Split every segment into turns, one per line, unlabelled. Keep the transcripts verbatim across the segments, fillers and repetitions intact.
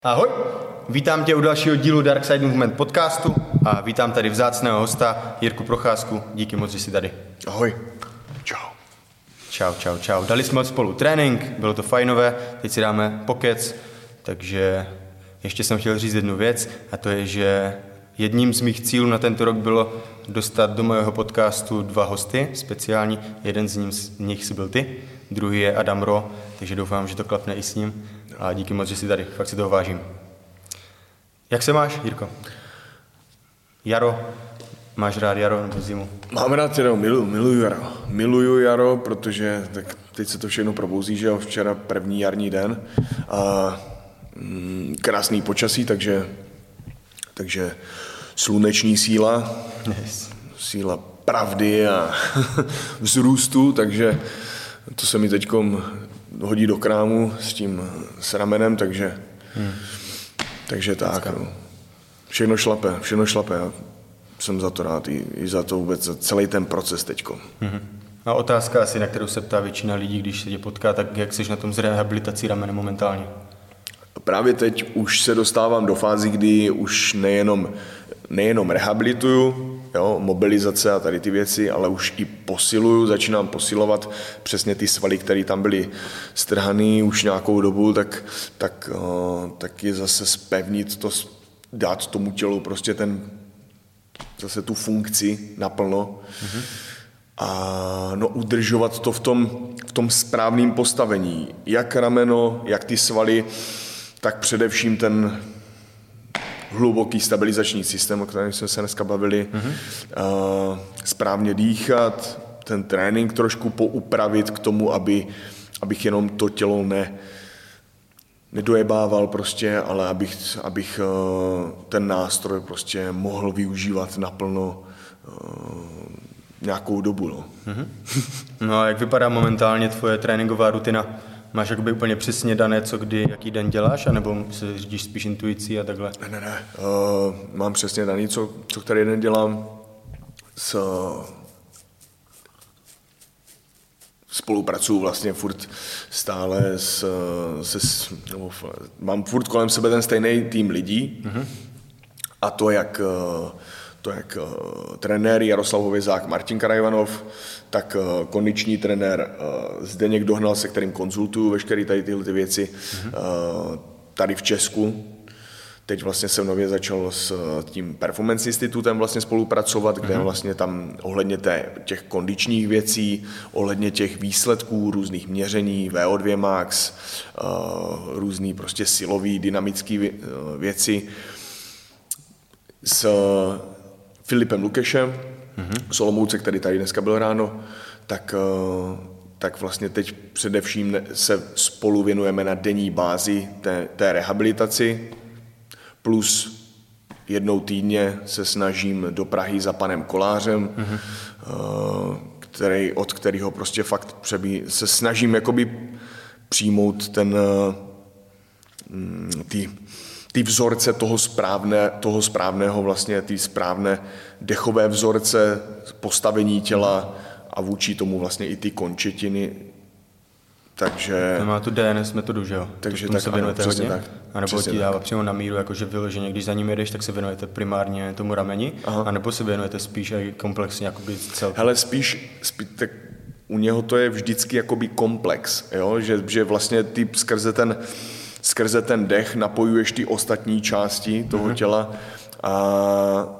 Ahoj, vítám tě u dalšího dílu Dark Side Movement podcastu a vítám tady vzácného hosta Jirku Procházku. Díky moc, že jsi tady.
Ahoj. Čau.
Čau, čau, čau. Dali jsme spolu trénink, bylo to fajnové, teď si dáme pokec, takže ještě jsem chtěl říct jednu věc a to je, že jedním z mých cílů na tento rok bylo dostat do mého podcastu dva hosty speciální. Jeden z nich, z nich si byl ty, druhý je Adam Ro, takže doufám, že to klapne i s ním. A díky moc, že jsi tady, fakt si toho vážím. Jak se máš, Jirko? Jaro? Máš rád jaro nebo zimu?
Mám rád jaro, miluju, miluju jaro. Miluju jaro, protože tak teď se to všechno probouzí, že jo, včera první jarní den a mm, krásný počasí, takže, takže sluneční síla,
Yes.
síla pravdy a vzrůstu, takže to se mi teďkom hodí do krámu s tím s ramenem, takže, hmm. takže tak. No. Všechno šlape, všechno šlape. Já jsem za to rád i, i za to vůbec, za celý ten proces teďko.
Hmm. A otázka asi, na kterou se ptá většina lidí, když se tě potká, tak jak jsi na tom s rehabilitací ramene momentálně?
Právě teď už se dostávám do fázy, kdy už nejenom, nejenom rehabilituju, jo, mobilizace a tady ty věci, ale už i posiluju, začínám posilovat přesně ty svaly, které tam byly strhaný už nějakou dobu, tak, tak, tak je zase zpevnit to, dát tomu tělu prostě ten, zase tu funkci naplno mm-hmm. a no, udržovat to v tom, v tom správném postavení. Jak rameno, jak ty svaly, tak především ten hluboký stabilizační systém, o kterém jsme se dneska bavili, mm-hmm. uh, správně dýchat, ten trénink trošku poupravit k tomu, aby, abych jenom to tělo ne, nedojebával prostě, ale abych, abych uh, ten nástroj prostě mohl využívat naplno uh, nějakou dobu. No.
Mm-hmm. No a jak vypadá momentálně tvoje tréninková rutina? Máš jakoby úplně přesně dané, co kdy, jaký den děláš, anebo se řídíš spíš intuicí a takhle?
Ne, ne, ne. Uh, mám přesně daný, co, co který den dělám. S, spolupracuju vlastně furt stále s, se, nebo, mám furt kolem sebe ten stejný tým lidí mm-hmm. a to jak, to jak uh, trenér Jaroslav Hovězák, Martin Karajvanov, tak uh, kondiční trenér uh, Zdeněk Dohnal, se kterým konzultuju veškeré tady tyhle ty věci mm-hmm. uh, tady v Česku. Teď vlastně jsem nově začal s tím Performance Institutem vlastně spolupracovat, kde mm-hmm. vlastně tam ohledně té, těch kondičních věcí, ohledně těch výsledků, různých měření, V O dva max, uh, různý prostě silový, dynamický věci s Filipem Lukešem, mm-hmm. z Olomouce, který tady dneska byl ráno, tak, uh, tak vlastně teď především se spolu věnujeme na denní bázi té, té rehabilitaci, plus jednou týdně se snažím do Prahy za panem Kolářem, mm-hmm. který, od kterého prostě fakt přebí, se snažím jakoby přijmout ten, ty, ty vzorce toho, správné, toho správného, vlastně ty správné dechové vzorce, postavení těla a vůči tomu vlastně i ty končetiny. Takže...
To má tu D N S metodu, že jo?
Takže
tak,
tak, ano, přesně tak.
A nebo ti dává přímo na míru, jakože vyloženě, když za ním jedeš, tak se věnujete primárně tomu rameni, aha. a nebo se věnujete spíš i komplexně jakoby celkem?
Hele, spíš, spíš tak u něho to je vždycky jakoby komplex, jo? Že, že vlastně ty skrze ten, skrze ten dech napojuješ ty ostatní části toho mm-hmm. těla a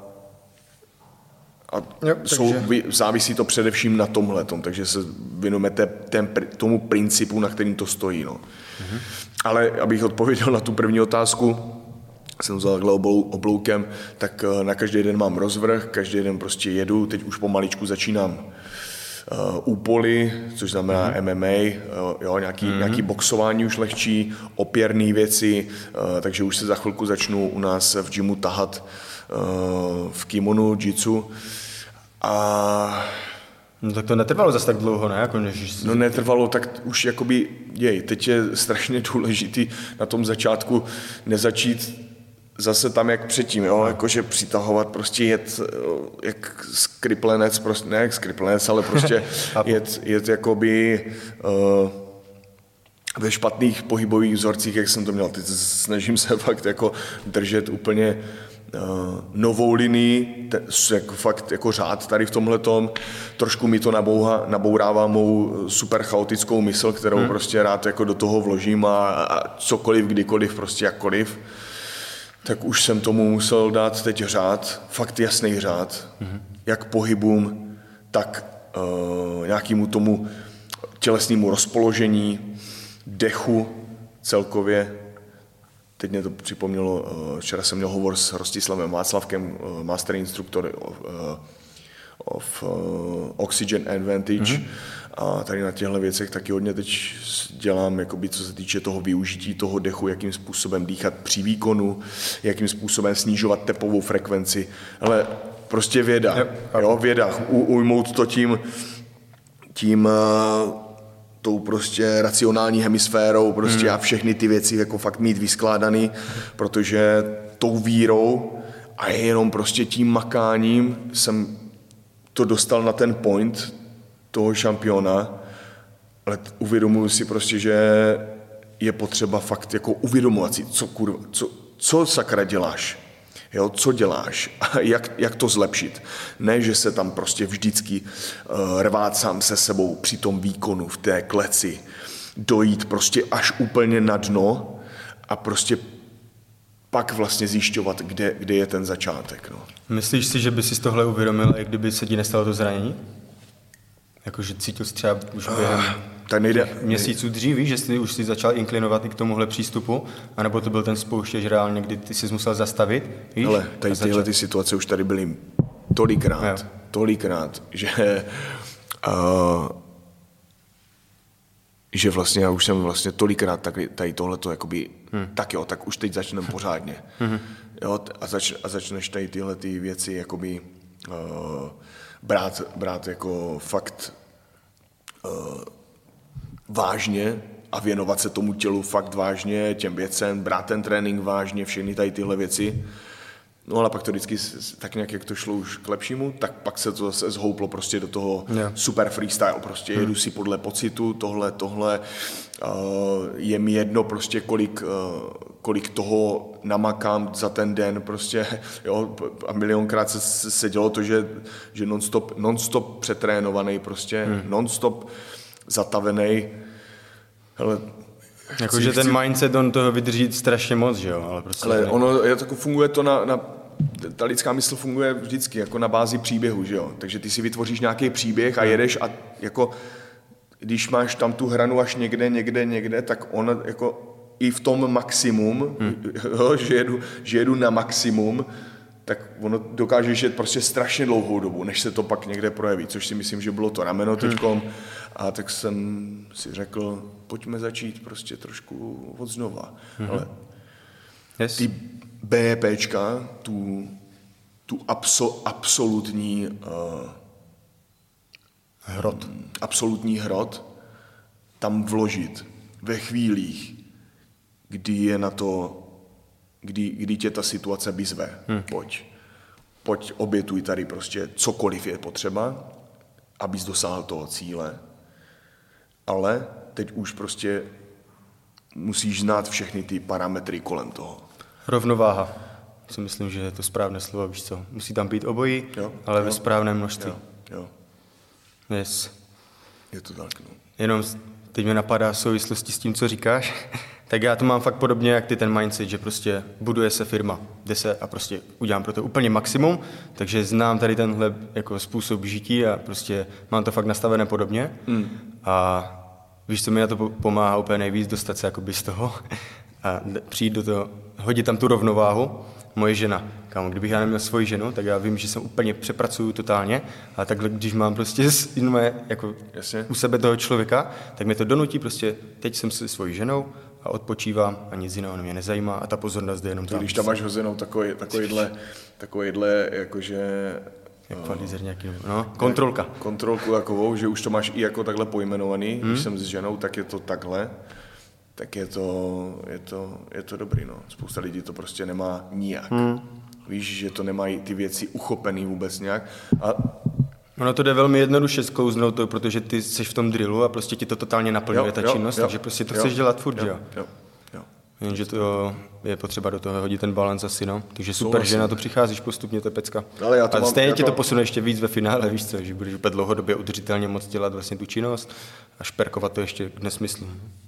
A jo, jsou, závisí to především na tomhletom, takže se věnujeme té, ten, tomu principu, na kterým to stojí. No. Mm-hmm. Ale abych odpověděl na tu první otázku, jsem vzal takhle obloukem, tak na každý den mám rozvrh, každý den prostě jedu, teď už pomaličku začínám uh, úpoly, což znamená mm-hmm. M M A, uh, jo, nějaký, mm-hmm. nějaký boxování už lehčí, opěrné věci, uh, takže už se za chvilku začnu u nás v gymu tahat uh, v kimonu, jitsu. A...
No tak to netrvalo zase tak dlouho, ne? Jako než...
No netrvalo, tak už jakoby, jej, teď je strašně důležitý na tom začátku nezačít zase tam jak předtím, jo, jakože přitahovat, prostě jet jak skriplenec, prostě, ne jak skriplenec, ale prostě jet, jet jakoby uh, ve špatných pohybových vzorcích, jak jsem to měl. Teď snažím se fakt jako držet úplně uh, novou linii, te, jako fakt jako řád tady v tomhletom. Trošku mi to nabouha, nabourává mou super chaotickou mysl, kterou hmm. prostě rád jako do toho vložím a, a cokoliv, kdykoliv, prostě jakkoliv. Tak už jsem tomu musel dát teď řád, fakt jasný řád, hmm. jak pohybům, tak uh, nějakému tomu tělesnému rozpoložení, dechu celkově. Teď mě to připomnělo, včera jsem měl hovor s Rostislavem Václavkem, master instruktor of, of Oxygen Advantage. Mm-hmm. A tady na těchto věcech taky hodně teď dělám, jakoby, co se týče toho využití toho dechu, jakým způsobem dýchat při výkonu, jakým způsobem snižovat tepovou frekvenci. Ale prostě věda, yep. jo, věda, U, ujmout to tím, tím tou prostě racionální hemisférou prostě hmm. a všechny ty věci jako fakt mít vyskládaný, protože tou vírou a jenom prostě tím makáním jsem to dostal na ten point toho šampiona, ale uvědomuji si prostě, že je potřeba fakt jako uvědomovat si, co kurva, co, co sakra děláš. Jo, co děláš a jak, jak to zlepšit. Ne, že se tam prostě vždycky uh, rvát sám se sebou při tom výkonu v té kleci, dojít prostě až úplně na dno a prostě pak vlastně zjišťovat, kde, kde je ten začátek. No.
Myslíš si, že by si z tohle uvědomil, i kdyby se ti nestalo to zranění? Jakože cítil jsi třeba už během uh,
tak nejde,
měsíců dřív, víš, že jsi už si začal inklinovat i k tomuhle přístupu, anebo to byl ten spouštěč reálně, kdy ty jsi musel zastavit, víš?
Ale tady tyhle ty situace už tady byly tolikrát, jo. tolikrát, že uh, že vlastně já už jsem vlastně tolikrát tady, tady tohleto jakoby, hmm. tak jo, tak už teď začneme pořádně. Hmm. Jo, a, zač, a začneš tady tyhle ty věci jakoby uh, brát, brát jako fakt uh, vážně a věnovat se tomu tělu fakt vážně, těm věcem, brát ten trénink vážně, všechny tady tyhle věci. No ale pak to vždycky tak nějak, jak to šlo už k lepšímu, tak pak se to zase zhouplo prostě do toho yeah. super freestyle, prostě hmm. jedu si podle pocitu, tohle, tohle, uh, je mi jedno prostě kolik, uh, kolik toho namakám za ten den, prostě, jo, a milionkrát se, se dělo to, že, že non-stop, non-stop přetrénovaný prostě, hmm. non-stop zatavený, hele,
jakože ten mindset, on toho vydrží strašně moc, že jo, ale prostě...
Ale ono, je, tako, funguje to na, na, ta lidská mysl funguje vždycky, jako na bázi příběhu, že jo, takže ty si vytvoříš nějaký příběh a jedeš a jako, když máš tam tu hranu až někde, někde, někde, tak on jako i v tom maximum, hmm. jo, že, jedu, že jedu na maximum, tak ono dokáže žít prostě strašně dlouhou dobu, než se to pak někde projeví, což si myslím, že bylo to rameno teďkom. Hmm. A tak jsem si řekl, pojďme začít prostě trošku od znova. Hmm. Ale
yes.
ty BEPčka, tu, tu abso, absolutní uh,
hrot.
absolutní hrot tam vložit ve chvílích, kdy je na to Kdy, kdy tě ta situace vyzve. Hmm. Pojď. Pojď, obětuj tady prostě cokoliv je potřeba, abys dosáhl toho cíle. Ale teď už prostě musíš znát všechny ty parametry kolem toho.
Rovnováha. Si myslím, že je to správné slovo, víš co. Musí tam být obojí, jo, ale jo, ve správném množství.
Jo, jo.
Yes.
Je to tak, no.
Jenom teď mě napadá v souvislosti s tím, co říkáš, tak já to mám fakt podobně, jak ty ten mindset, že prostě buduje se firma, jde se a prostě udělám pro to úplně maximum, takže znám tady tenhle jako způsob žití a prostě mám to fakt nastavené podobně mm. a víš, co mi na to pomáhá úplně nejvíc, dostat se jakoby z toho a přijít do toho, hodit tam tu rovnováhu, moje žena. Kámo, kdybych já neměl svoji ženu, tak já vím, že jsem úplně přepracuju totálně, a takhle, když mám prostě jako u sebe toho člověka, tak mě to donutí prostě, teď jsem se svojí ženou a odpočívám a nic jiného mě nezajímá a ta pozornost je jenom tam.
Když tam máš hozenou takový, takovýhle, takovýhle, jakože...
Jak fadízer nějaký, no, kontrolka.
Kontrolku takovou, že už to máš i jako takhle pojmenovaný, hmm. když jsem s ženou, tak je to takhle. Tak je to, je to, je to dobrý, no. Spousta lidí to prostě nemá nijak. Hmm. Víš, že to nemají ty věci uchopený vůbec nějak. A
Ono to jde velmi jednoduše sklouznout to, protože ty jsi v tom drillu a prostě ti to totálně naplňuje
jo,
ta
jo,
činnost,
jo,
takže prostě to
jo,
chceš dělat furt,
jo,
jo?
Jo, jo.
Jenže to je potřeba do toho hodit ten balans asi, no. Takže super,
Souhlasím.
že na to přicházíš postupně, to je pecka.
Ale já to
a
mám,
stejně
já
ti
to...
to posune ještě víc ve finále, víš co, že budeš úplně dlouhodobě udržitelně moc dělat vlastně tu činnost a šperkovat to ještě k nesmyslu.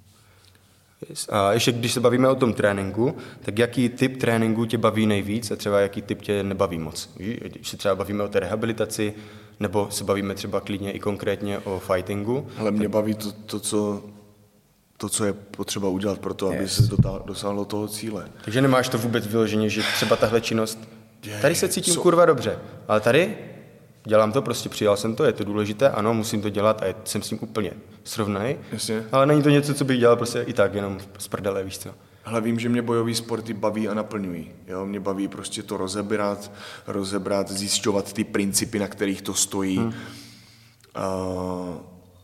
A ještě když se bavíme o tom tréninku, tak jaký typ tréninku tě baví nejvíc a třeba jaký typ tě nebaví moc? Víš? Když se třeba bavíme o té rehabilitaci, nebo se bavíme třeba klidně i konkrétně o fightingu.
Ale mě baví to, to, co, to, co je potřeba udělat pro to, aby
Yes.
se dosáhlo toho cíle.
Takže nemáš to vůbec vyloženě, že třeba tahle činnost,
Je,
tady se cítím
co?
kurva dobře, ale tady dělám to, prostě přijal jsem to, je to důležité, ano, musím to dělat a jsem s tím úplně srovnaný,
Jasně.
ale není to něco, co bych dělal prostě i tak, jenom z prdele, víš co.
Ale vím, že mě bojové sporty baví a naplňují. Jo? Mě baví prostě to rozebrat, rozebrat, zjišťovat ty principy, na kterých to stojí. Hmm. Uh,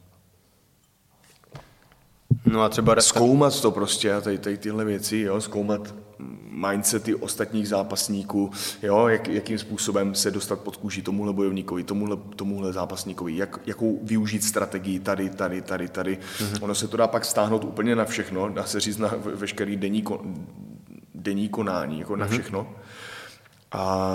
No a třeba...
zkoumat to prostě a tady, tady tyhle věci, jo? Zkoumat mindsety ostatních zápasníků, jo? Jak, jakým způsobem se dostat pod kůži tomuhle bojovníkovi, tomuhle, tomuhle zápasníkovi, jak, jakou využít strategii tady, tady, tady, tady. Mm-hmm. Ono se to dá pak stáhnout úplně na všechno, dá se říct na veškerý denní, denní konání, jako mm-hmm. na všechno. A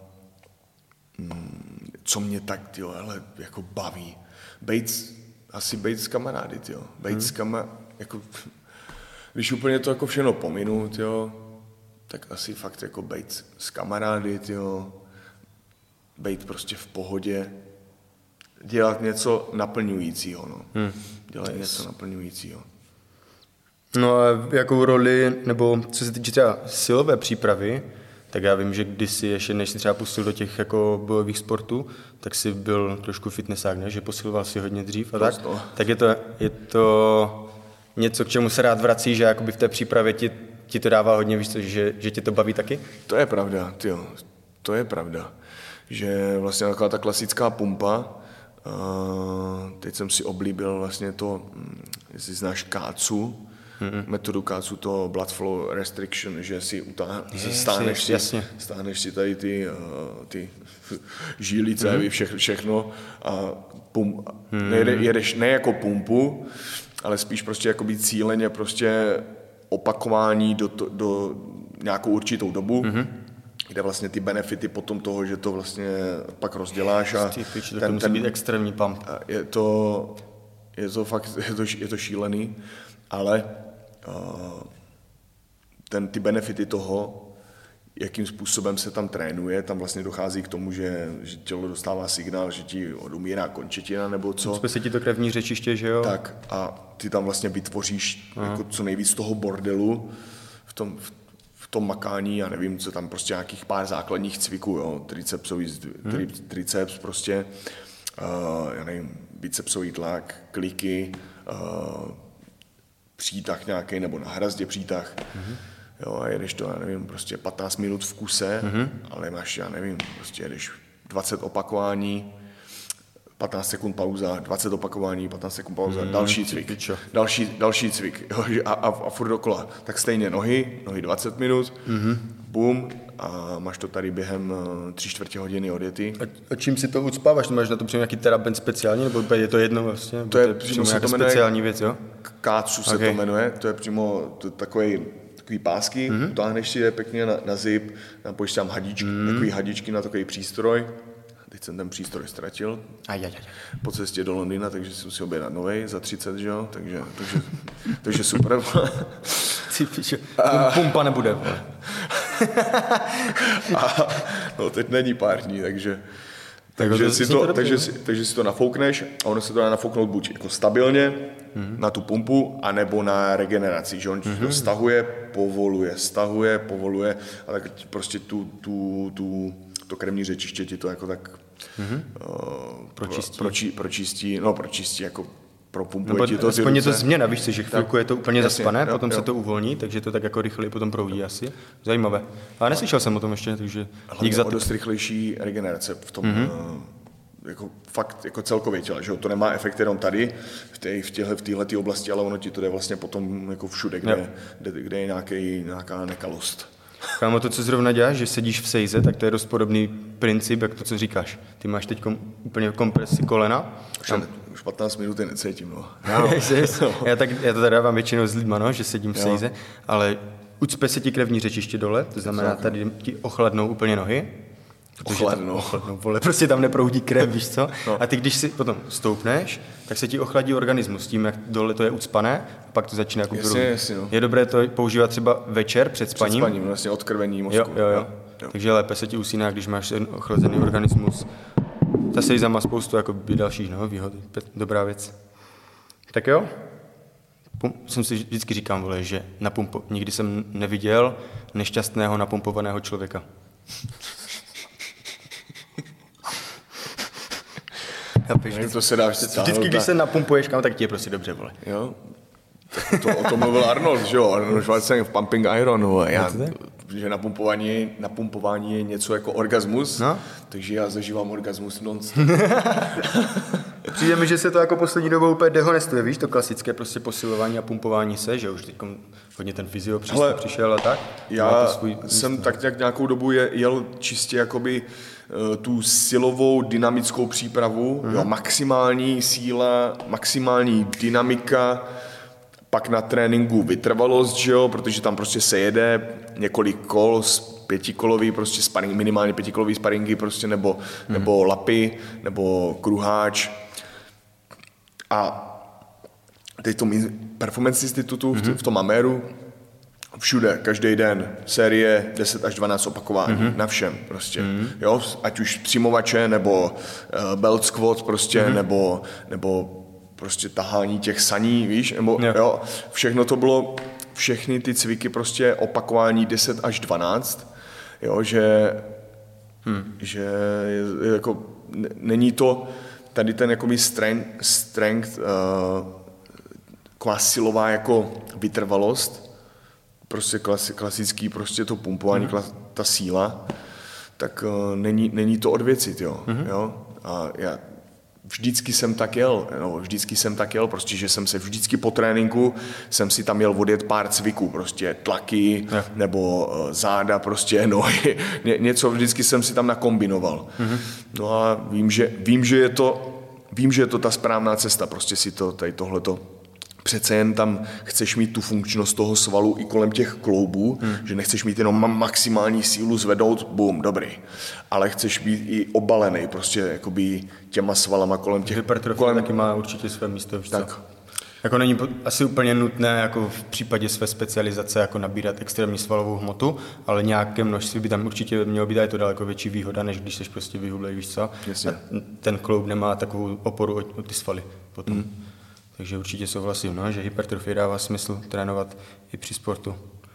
co mě tak, tyjo, hele, jako baví, bejt, asi bejt s kamarády, tyjo, bejt mm-hmm. s kama, jako, když úplně to jako všechno pominu, tyjo, tak asi fakt jako bejt s kamarády, tyjo, bejt prostě v pohodě, dělat něco naplňujícího, no. Hmm. Dělat yes. něco naplňujícího.
No a jakou roli, nebo co se týče třeba silové přípravy, tak já vím, že kdysi ještě, než si třeba pustil do těch jako bojových sportů, tak si byl trošku fitnessák, ne? Že posiloval si hodně dřív a tak.
To.
Tak je to, je to něco, k čemu se rád vrací, že jakoby v té přípravě ti, ti to dává hodně, víš co, že, že tě to baví taky?
To je pravda, tyjo, to je pravda. Že vlastně taková ta klasická pumpa, uh, teď jsem si oblíbil vlastně to, jestli znáš kácu, mm-hmm. metodu kácu, to blood flow restriction, že si utáh, stáhneš, si,
jasně.
stáhneš si tady ty, uh, ty žíly, cévy, mm-hmm. vše, všechno a pum, mm-hmm. nejde, jedeš ne jako pumpu, ale spíš prostě jakoby cíleně prostě opakování do, to, do nějakou určitou dobu, mm-hmm. kde vlastně ty benefity potom toho, že to vlastně pak rozděláš a
Piči, ten, to musí ten, být extrémní pump.
Je to, je to fakt, je to, je to šílený, ale uh, ten, ty benefity toho, jakým způsobem se tam trénuje, tam vlastně dochází k tomu, že, že tělo dostává signál, že ti odumírá končetina nebo co.
Ucpe se ti to krevní řečiště, že jo?
Tak a ty tam vlastně vytvoříš jako co nejvíc toho bordelu v tom, v, v tom makání, já nevím, co tam prostě nějakých pár základních cviků, jo, tricepsový, tri, triceps prostě, uh, já nevím, bicepsový tlak, kliky, uh, přítah nějaký nebo na hrazdě přítah. Mm-hmm. Jo, a jedeš to, já nevím, prostě patnáct minut v kuse, mm-hmm. ale máš, já nevím, prostě jedeš dvacet opakování, patnáct sekund pauza, dvacet opakování, patnáct sekund pauza, mm, další cvik, další, další cvik jo, a, a, a furt dokola. Tak stejně nohy, nohy dvacet minut, mm-hmm. bum, a máš to tady během tři čtvrtě hodiny odjety.
A, a čím si to ucpáváš? Máš na to přímo nějaký terapen speciální, nebo je to jedno vlastně?
To je,
to je
přímo
nějaká
to jmenuje,
speciální věc, jo?
Kácu se
okay.
to jmenuje, to je přímo to, takový takový pásky, mm-hmm. utáhneš si je pěkně na, na zip, napojíš tam hadičky, mm-hmm. takový hadičky na takový přístroj. Teď jsem ten přístroj ztratil
aj, aj, aj.
po cestě do Londýna, takže jsem si objednal novej za třicet, že jo, takže, takže, takže super.
A, pumpa nebude.
A, no teď není pár dní, takže takže, to, si to, to takže, si, takže si to nafoukneš a ono se to dá nafouknout buď jako stabilně mm-hmm. na tu pumpu, anebo na regeneraci, že on mm-hmm. to stahuje, povoluje, stahuje, povoluje a tak prostě tu, tu, tu, to krevní řečiště ti to jako tak mm-hmm. uh,
pročistí.
Pro, proči, pročistí, no pročistí, jako propumpuje
Nebo
ti to
aspoň je to změna, víš si, že chvilku je to úplně
jasně,
zaspané,
jo,
potom
jo.
se to uvolní, takže to tak jako rychleji potom proudí asi. Zajímavé. Ale neslyšel jsem o tom ještě, takže dík za
to. Dost rychlejší regenerace v tom, mm-hmm. uh, jako fakt jako celkově těle, že to nemá efekt jenom tady, v té v těhle, v téhletý oblasti, ale ono ti to jde vlastně potom jako všude, kde, kde, kde je nějaký, nějaká nekalost.
Kámo, to, co zrovna děláš, že sedíš v sejze, tak to je dost podobný princip, jak to, co říkáš. Ty máš teď kom, úplně kompresi kolena.
Už, tam... už patnáct minut necítím, no.
no. já, tak, já to tady dávám většinou s lidma, no, že sedím v jo. sejze, ale ucpe se ti krevní řečiště dole, to znamená, tady ti ochladnou úplně nohy.
Ochladnou.
Ochladnou, vole, prostě tam neproudí krev, víš co? No. A ty, když si potom stoupneš, tak se ti ochladí organismus tím, jak dole to je ucpané, a pak to začíná jako proudit.
Jasně, no.
Je dobré to používat třeba večer před spaním.
Před spaním, vlastně odkrvení mozku.
Jo, jo, jo. jo. Takže lépe se ti usíná, když máš ochlazený organismus. Ta sejza má spoustu jako dalších no, výhod. Dobrá věc. Tak jo? Pum, jsem si vždycky říkám, vole, že napumpo, nikdy jsem neviděl nešťastného napumpovaného člověka.
Ne, to se dá vždycky,
vždycky, když se napumpuješ, kam, tak ti je prostě dobře, vole.
Jo. Tak to, o tom mluvil Arnold, že jo? Arnold Schwarzenegger v Pumping Iron, vole. Já, že napumpování, napumpování je něco jako orgasmus, no? Takže já zažívám orgasmus non-stop.
Přijde mi, že se to jako poslední dobou úplně dehonestuje, víš, to klasické prostě posilování a pumpování se, že už teď hodně ten fyzio přístup přišel a tak.
Já svůj jsem míst, tak nějak nějakou dobu je, jel čistě jakoby uh, tu silovou dynamickou přípravu, mm. jo, maximální síla, maximální dynamika, pak na tréninku vytrvalost, že jo, protože tam prostě se jede několik kol, pětikolový, prostě sparing, minimálně pětikolový sparingy, prostě, nebo, mm. nebo lapy, nebo kruháč. A teď v tom Performance Institutu, mm-hmm. v tom Améru, všude, každý den, série deset až dvanáct opakování, mm-hmm. na všem prostě, mm-hmm. jo, ať už přimovače, nebo uh, belt squat prostě, mm-hmm. nebo, nebo prostě tahání těch saní, víš, nebo yeah. jo, všechno to bylo, všechny ty cviky prostě opakování deset až dvanáct, jo, že, hmm. že je, jako, není to tady ten jakoby strength, strength uh, klasilová jako vytrvalost, prostě klasi, klasický prostě to pumpování, hmm. klas, ta síla, tak uh, není, není to od věci, jo, hmm. jo, a já vždycky jsem tak jel, no, vždycky jsem tak jel, prostě, že jsem se vždycky po tréninku, jsem si tam jel odjet pár cviků, prostě tlaky, ne. nebo uh, záda, prostě nohy, Ně, něco vždycky jsem si tam nakombinoval. Mm-hmm. No a vím, že, vím, že je to, vím, že je to ta správná cesta, prostě si to, tady tohleto, přece jen tam chceš mít tu funkčnost toho svalu i kolem těch kloubů, hmm. že nechceš mít jenom maximální sílu zvednout, bum, dobrý. Ale chceš být i obalený prostě jakoby těma svalama kolem těch...
Hypertrofie kolem... taky má určitě své místo.
Tak.
Jako není asi úplně nutné jako v případě své specializace jako nabírat extrémní svalovou hmotu, ale nějaké množství by tam určitě mělo být, a je to daleko větší výhoda, než když jsi prostě vyhublej, víš co?
Jasně.
A ten kloub nemá takovou oporu o, o ty svaly potom. Hmm. Takže určitě souhlasím, no, že hypertrofie dává smysl trénovat i při sportu.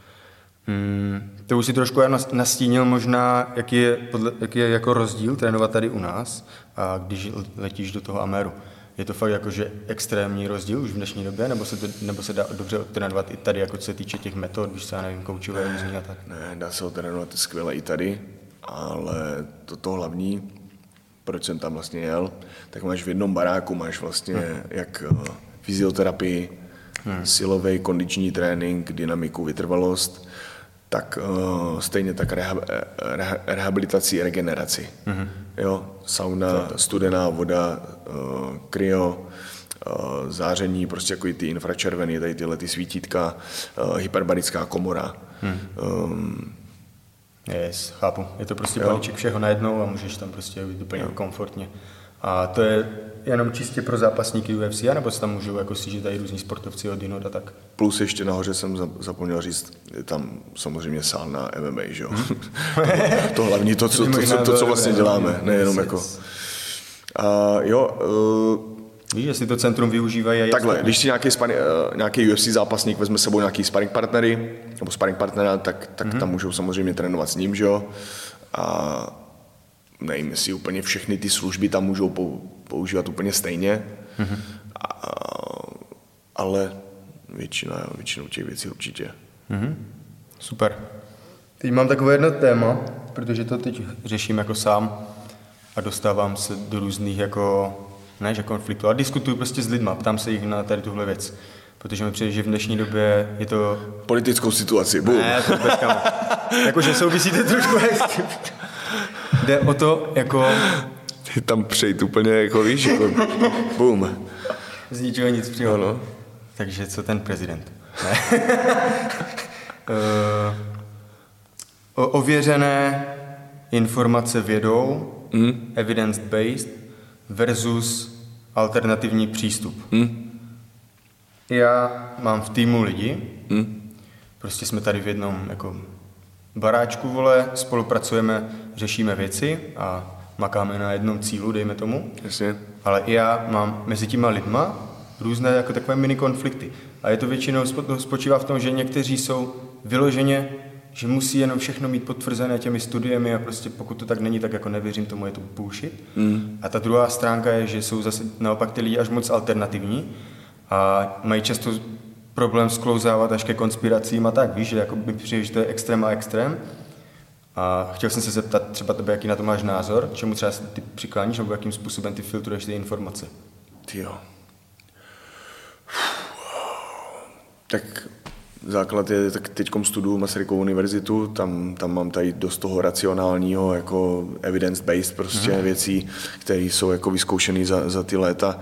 Hmm, to už si trošku nastínil možná, jaký je, podle, jaký je jako rozdíl trénovat tady u nás a když letíš do toho Améru. Je to fakt jakože extrémní rozdíl už v dnešní době, nebo se, to, nebo se dá dobře trénovat i tady, jako co se týče těch metod, když se, já nevím, koučové různý a tak?
Ne, dá se ho trénovat skvěle i tady, ale to, to hlavní, proč jsem tam vlastně jel, tak máš v jednom baráku, máš vlastně hmm. jak uh, fyzioterapii, hmm. silový kondiční trénink, dynamiku, vytrvalost, tak uh, stejně tak reha, reha, rehabilitaci, regeneraci. Hmm. Jo, sauna, studená voda, uh, kryo, uh, záření, prostě jako i ty infračervený, tady tyhle ty svítítka, uh, hyperbarická komora. Hmm. Um,
Yes, chápu. Je to prostě balíček všeho najednou a můžeš tam prostě být úplně jo. komfortně. A to je jenom čistě pro zápasníky U F C, nebo se tam můžou jako si žít i různí sportovci od jinot a tak?
Plus ještě nahoře jsem zapomněl říct, je tam samozřejmě sál na M M A, že jo? Hmm. to, to hlavní, to, co, to, co, to, co vlastně děláme, nejenom jako... A jo... Uh,
Víš, jestli to centrum využívají...
Takhle, když si nějaký, spari, uh, nějaký U F C zápasník vezme s sebou nějaký sparring partnery, nebo sparring partnera, tak, tak mm-hmm. tam můžou samozřejmě trénovat s ním, že jo? A nevím, jestli úplně všechny ty služby tam můžou používat úplně stejně, mm-hmm. a, ale většina, většinou těch věcí určitě.
Mm-hmm. Super. Teď mám takové jedno téma, protože to teď řeším jako sám a dostávám se do různých jako... ne, že konfliktu, ale diskutuju prostě s lidma, ptám se jich na tady tuhle věc. protože mi přijde, že v dnešní době je to...
Politickou situaci, boom.
Ne, to vůbec kamo. Jakože souvisíte trošku hezky. Jde o to, jako...
Ty tam přejít úplně, jako víš, jako boom.
Z ničeho nic přímo.
No, no.
Takže co ten prezident? Ne. o, ověřené informace vědou, mm. evidence-based versus alternativní přístup. Mm. Já mám v týmu lidi, mm. prostě jsme tady v jednom jako baráčku, vole, spolupracujeme, řešíme věci a makáme na jednom cílu, dejme tomu.
Jasně.
Ale i já mám mezi těma lidma různé jako takové mini konflikty. A je to většinou spočívá v tom, že někteří jsou vyloženě, že musí jenom všechno mít potvrzené těmi studiemi a prostě pokud to tak není, tak jako nevěřím tomu, je to bullshit. Mm. A ta druhá stránka je, že jsou zase naopak ty lidi až moc alternativní a mají často problém sklouzávat až ke konspiracím a tak, víš, že jako by přijde, že to je extrém a extrém. A chtěl jsem se zeptat třeba tebe, jaký na to máš názor, čemu třeba ty přikláníš, nebo jakým způsobem ty filtruješ ty informace?
Tyjo. Tak základ je, tak teďkom studuju Masarykovu univerzitu, tam, tam mám tady dost toho racionálního, jako evidence-based prostě mm. věcí, které jsou jako vyzkoušený za, za ty léta.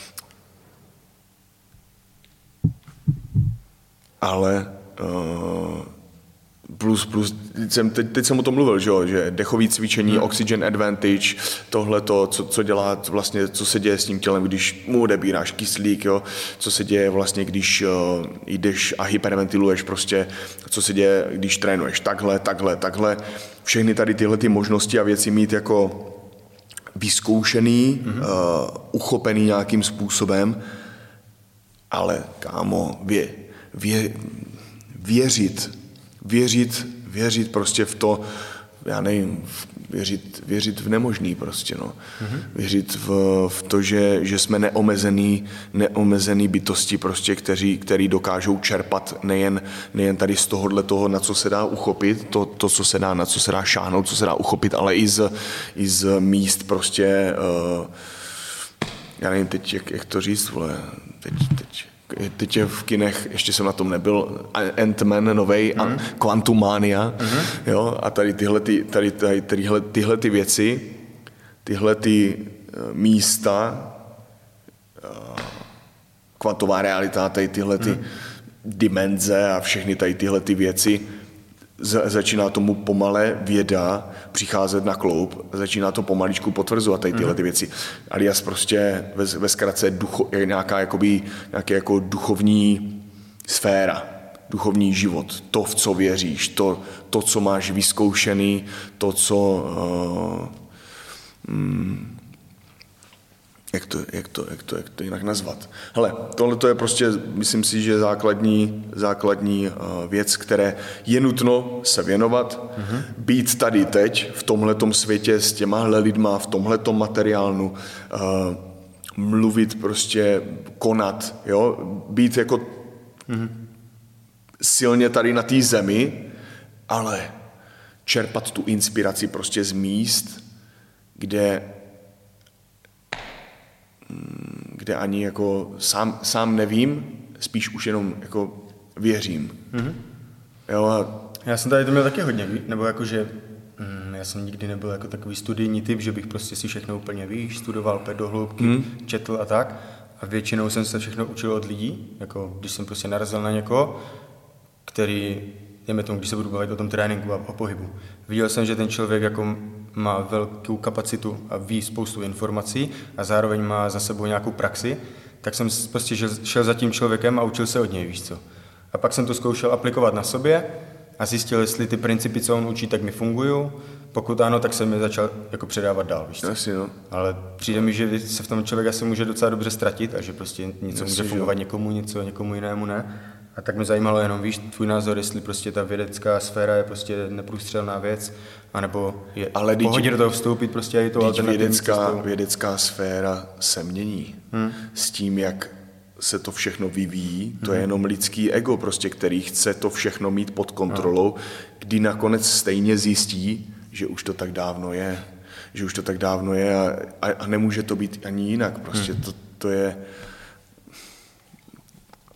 Ale uh, plus, plus, teď jsem, teď, teď jsem o tom mluvil, že, jo, že dechový cvičení, hmm. oxygen advantage, tohle to, co, co dělá vlastně, co se děje s tím tělem, když mu odebíráš kyslík, jo, co se děje vlastně, když uh, jdeš a hyperventiluješ prostě, co se děje, když trénuješ takhle, takhle, takhle, všechny tady tyhle ty možnosti a věci mít jako vyzkoušený, hmm. uh, uchopený nějakým způsobem, ale kámo, vě, vě, věřit, věřit, věřit prostě v to, já nevím, věřit, věřit v nemožný prostě, no. Mm-hmm. Věřit v, v to, že, že jsme neomezený, neomezený bytosti prostě, kteří, který dokážou čerpat nejen, nejen tady z tohohle toho, na co se dá uchopit, to, to, co se dá, na co se dá šáhnout, co se dá uchopit, ale i z, i z míst prostě, uh, já nevím teď, jak, jak to říct, vole, teď, teď, teď je v kinech, ještě jsem na tom nebyl, Ant-Man novej, mm. Quantumania, mm. jo, a tady tyhle, ty, tady, tady, tyhle, tyhle ty věci, tyhle ty uh, místa, uh, kvantová realita, tady tyhle ty mm. dimenze a všechny tady tyhle ty věci, z, začíná tomu pomale věda přicházet na kloub, začíná to pomaličku potvrzovat tady tyhle ty věci. Alias prostě ve, ve zkratce ducho, nějaká jakoby, nějaká jako duchovní sféra, duchovní život, to, v co věříš, to, to co máš vyzkoušený, to, co... Uh, mm, Jak to, jak, to, jak, to, jak to jinak nazvat. Hele, tohle to je prostě, myslím si, že základní, základní uh, věc, které je nutno se věnovat, mm-hmm. být tady teď, v tomhletom světě s těmahle lidma, v tomhletom materiálnu, uh, mluvit prostě, konat, jo, být jako mm-hmm. silně tady na té zemi, ale čerpat tu inspiraci prostě z míst, kde kde ani jako sám, sám nevím, spíš už jenom jako věřím. Mm-hmm. Jo, a...
Já jsem tady to měl taky hodně, nebo jakože mm, já jsem nikdy nebyl jako takový studijní typ, že bych prostě si všechno úplně víš, studoval pět do hloubky, mm. četl a tak. A většinou jsem se všechno učil od lidí, jako když jsem prostě narazil na někoho, který, dejme tomu, když se budu bavit o tom tréninku a o pohybu. Viděl jsem, že ten člověk jako má velkou kapacitu a ví spoustu informací a zároveň má za sebou nějakou praxi, tak jsem prostě šel za tím člověkem a učil se od něj, víš co. A pak jsem to zkoušel aplikovat na sobě a zjistil, jestli ty principy, co on učí, tak mi fungují. Pokud ano, tak jsem je začal jako předávat dál, víš co.
Jasně, no.
Ale přijde mi, že se v tom člověk asi může docela dobře ztratit a že prostě něco Jasně, může fungovat jo. někomu, něco někomu jinému ne. A tak mě zajímalo jenom, víš, tvůj názor, jestli prostě ta vědecká sféra je prostě neprůstřelná věc, anebo je ale v pohodě do toho vstoupit prostě a je to alternativní
vědecká, vědecká sféra se mění. Hmm. S tím, jak se to všechno vyvíjí, to hmm. je jenom lidský ego, prostě, který chce to všechno mít pod kontrolou, hmm. kdy nakonec stejně zjistí, že už to tak dávno je. Že už to tak dávno je a, a, a nemůže to být ani jinak. Prostě hmm. to, to je...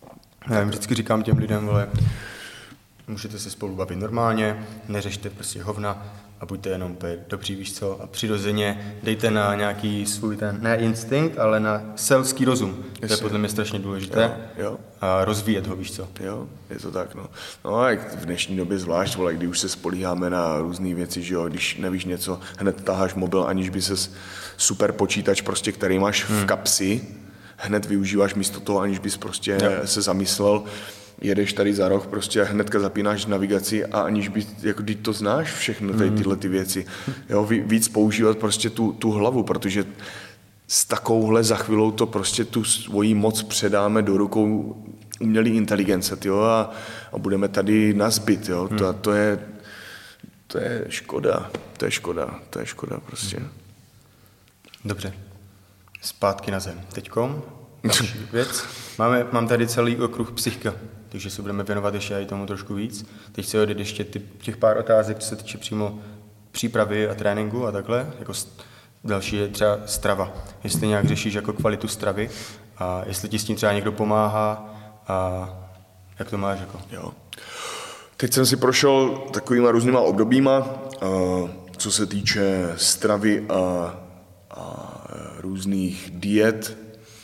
Já jim vždycky říkám těm lidem, vole, můžete se spolu bavit normálně, neřešte prostě hovna a buďte jenom úplně dobří, víš co, a přirozeně dejte na nějaký svůj ten, ne instinkt, ale na selský rozum. Yes, to je podle mě strašně důležité.
Jo, jo.
A rozvíjet ho, víš co.
Jo, je to tak, no. No a jak v dnešní době zvlášť, vole, kdy už se spolíháme na různé věci, že jo, když nevíš něco, hned taháš mobil, aniž by ses super počítač prostě, který máš v kapsi, hned využíváš místo toho, aniž bys prostě jo. se zamyslel, jedeš tady za roh, prostě hnedka zapínáš navigaci a aniž by, jako když to znáš všechno, tady tyhle ty věci, jo, víc používat prostě tu, tu hlavu, protože s takovouhle za chvilou to prostě tu svoji moc předáme do rukou umělé inteligence, tyjo, a, a budeme tady nazbyt, jo, to, to je, to je škoda, to je škoda, to je škoda prostě.
Dobře, zpátky na zem. Teďkom, další věc. Máme, mám tady celý okruh psychika, takže se budeme věnovat ještě i tomu trošku víc. Teď se odjde ještě ty, těch pár otázek, co se týče přímo přípravy a tréninku a takhle. Jako další je třeba strava. Jestli nějak řešíš jako kvalitu stravy a jestli ti s tím třeba někdo pomáhá a jak to máš jako?
Jo. Teď jsem si prošel takovýma různýma obdobíma, co se týče stravy a, a různých diet,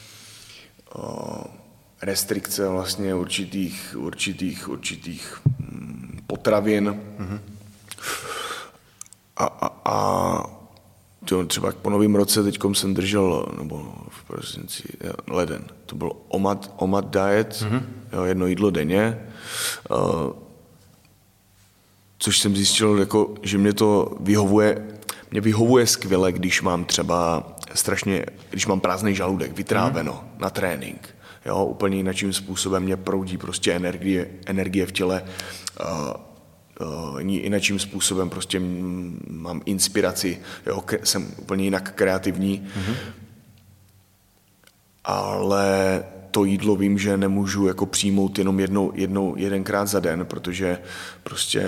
restrikce vlastně určitých, určitých, určitých potravin. Mm-hmm. A, a, a to třeba po novém roce teďkom jsem držel, nebo v prosinci, leden, to byl OMAD, OMAD diet, mm-hmm. jo, jedno jídlo denně, uh, což jsem zjistil, jako, že mě to vyhovuje, mě vyhovuje skvěle, když mám třeba strašně, když mám prázdný žaludek, vytráveno mm-hmm. na trénink. Jo, úplně jiným způsobem mě proudí prostě energie, energie v těle, uh, uh, jiným způsobem prostě mám inspiraci, jo, k, jsem úplně jinak kreativní. Mm-hmm. Ale to jídlo vím, že nemůžu jako přijmout jenom jednou, jednou, jedenkrát za den, protože prostě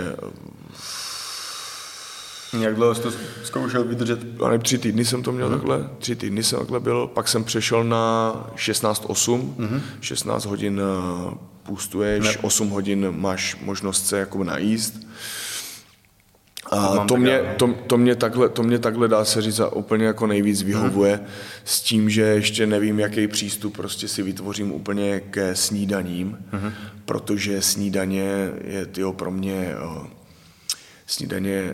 jak dlouho jsi to zkoušel vydržet?
Ale tři týdny jsem to měl mm. takhle, tři týdny jsem takhle byl, pak jsem přešel na šestnáct osm, mm-hmm. šestnáct hodin půstuješ, ne. osm hodin máš možnost se jako najíst. A to mě, to, to, mě takhle, to mě takhle dá se říct úplně jako nejvíc vyhovuje, mm. s tím, že ještě nevím, jaký přístup prostě si vytvořím úplně ke snídaním, mm. protože snídaně je tyjo, pro mě snídaně,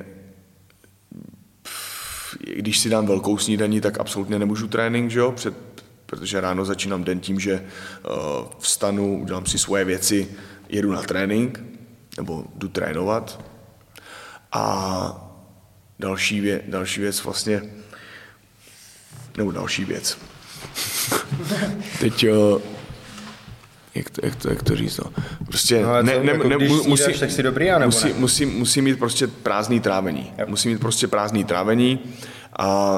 když si dám velkou snídaní, tak absolutně nemůžu trénink, že jo? Před, protože ráno začínám den tím, že uh, vstanu, udělám si svoje věci, jedu na trénink, nebo jdu trénovat. A další, vě, další věc vlastně, nebo další věc. Teď, uh, jak to, jak to, jak to říct, no. Prostě
no,
ne, ne,
jako
ne,
když
musí,
snídáš, tak si dobrý, anebo
musí,
ne?
musí, musí mít prostě prázdný trávení. Yep. Musí mít prostě prázdný trávení a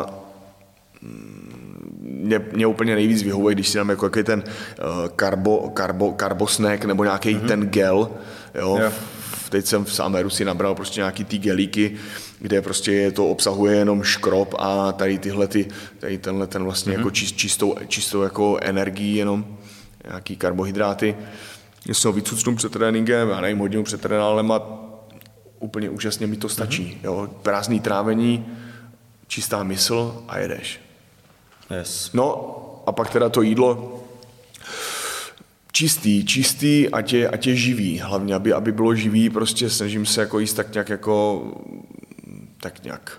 mě, mě úplně nejvíc vyhovuje, když si dám jako jaký ten uh, karbo, karbo, karbosnek nebo nějaký mm-hmm. ten gel, jo. Yep. Teď jsem v Sameru si nabral prostě nějaký ty gelíky, kde prostě to obsahuje jenom škrob a tady tyhle ty, tady tenhle ten vlastně mm-hmm. jako čist, čistou, čistou jako energii jenom, nějaký karbohydráty. Já jsem ho vycucnu před tréninkem, já nevím, hodinu před trénálem a úplně úžasně mi to stačí. Mm-hmm. Jo? Prázdný trávení, čistá mysl a jedeš.
Yes.
No a pak teda to jídlo, čistý, čistý, ať je, ať je živý, hlavně, aby, aby bylo živý, prostě snažím se jako jíst tak nějak jako, tak nějak.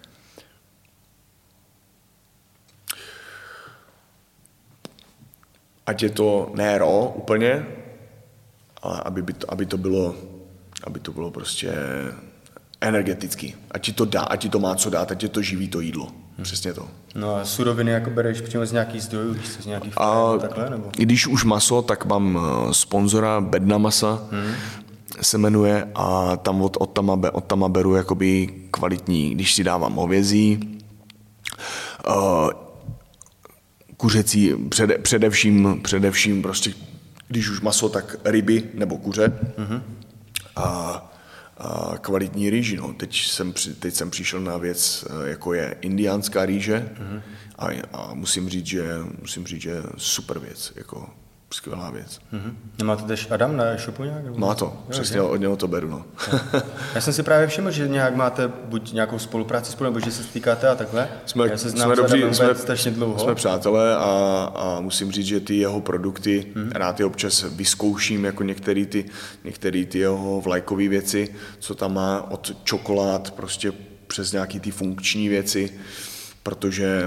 Ať je to ne raw úplně, ale aby, by to, aby to bylo, aby to bylo prostě energetický. Ať ti to dá, ať ti to má co dát, ať je to živý to jídlo. Hmm. Přesně to.
No a suroviny jako bereš přímo z nějakých zdrojů, z nějakých farem, takhle, nebo?
Když už maso, tak mám sponzora Bedna masa, hmm. se jmenuje, a tam od, od, tam, od tam beru jakoby kvalitní, když si dávám hovězí, uh, kuřecí, přede, především, především prostě, když už maso, tak ryby nebo kuře. Hmm. A a kvalitní rýži. No. Teď, jsem, teď jsem přišel na věc, jako je indiánská rýže mm-hmm. a, a musím říct, že musím říct, že super věc. Jako skvělá věc.
Mm-hmm. Nemá to tež Adam na e-shopu nějak?
Má to, jo, přesně od něho to beru. No.
Já jsem si právě všiml, že nějak máte buď nějakou spolupráci spolu, nebo že se stýkáte a takhle.
Jsme,
Já se znám
jsme, dobří, jsme,
strašně dlouho.
jsme přátelé a, a musím říct, že ty jeho produkty hmm. rád je občas vyzkouším, jako některé ty, některé ty jeho vlajkové věci, co tam má od čokolád prostě přes nějaké ty funkční věci, protože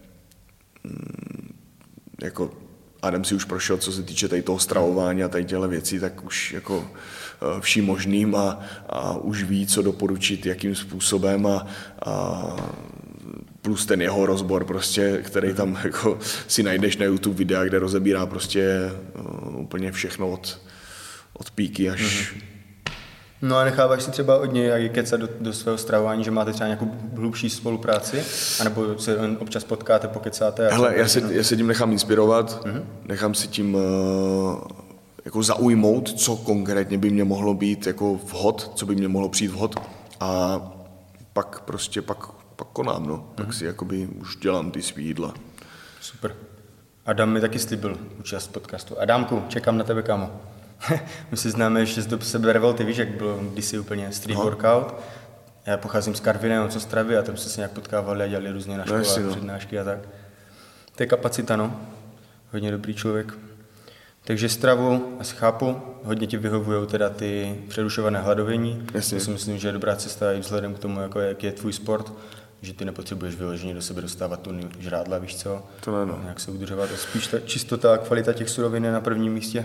mm, jako Adam si už prošel, co se týče tady toho stravování a tady těchto věcí, tak už jako vším možným a, a už ví, co doporučit, jakým způsobem a, a plus ten jeho rozbor prostě, který tam jako si najdeš na YouTube videa, kde rozebírá prostě uh, úplně všechno od, od píky až... Mm-hmm.
No a necháváš si třeba od něj kecat do, do svého stravování, že máte třeba nějakou hlubší spolupráci? A nebo se občas potkáte, pokecáte?
Hele, já se, já se tím nechám inspirovat, mm-hmm. nechám si tím uh, jako zaujmout, co konkrétně by mě mohlo být jako vhod, co by mě mohlo přijít vhod a pak prostě pak, pak konám, no. Mm-hmm. Pak si jakoby už dělám ty svý jídla.
Super. Adam mi taky slíbil účast podcastu. Adámku, čekám na tebe, kámo. My si známe ještě z dob sebe Revolty, víš, jak bylo kdysi úplně street no. workout. Já pocházím z Karviné, co z Travy a tam se s nějak potkávali a dělali různě na školách, no, přednášky a tak. To je kapacita, no. Hodně dobrý člověk. Takže stravu, asi chápu, hodně ti vyhovují teda ty přerušované hladovění.
Jasně.
To si myslím, že je dobrá cesta i vzhledem k tomu, jako jaký je tvůj sport, že ty nepotřebuješ vyloženě do sebe dostávat tu žrádla, víš co?
To ne, no.
Nějak se udržovat a spíš ta čistota a kvalita těch surovin je na prvním místě.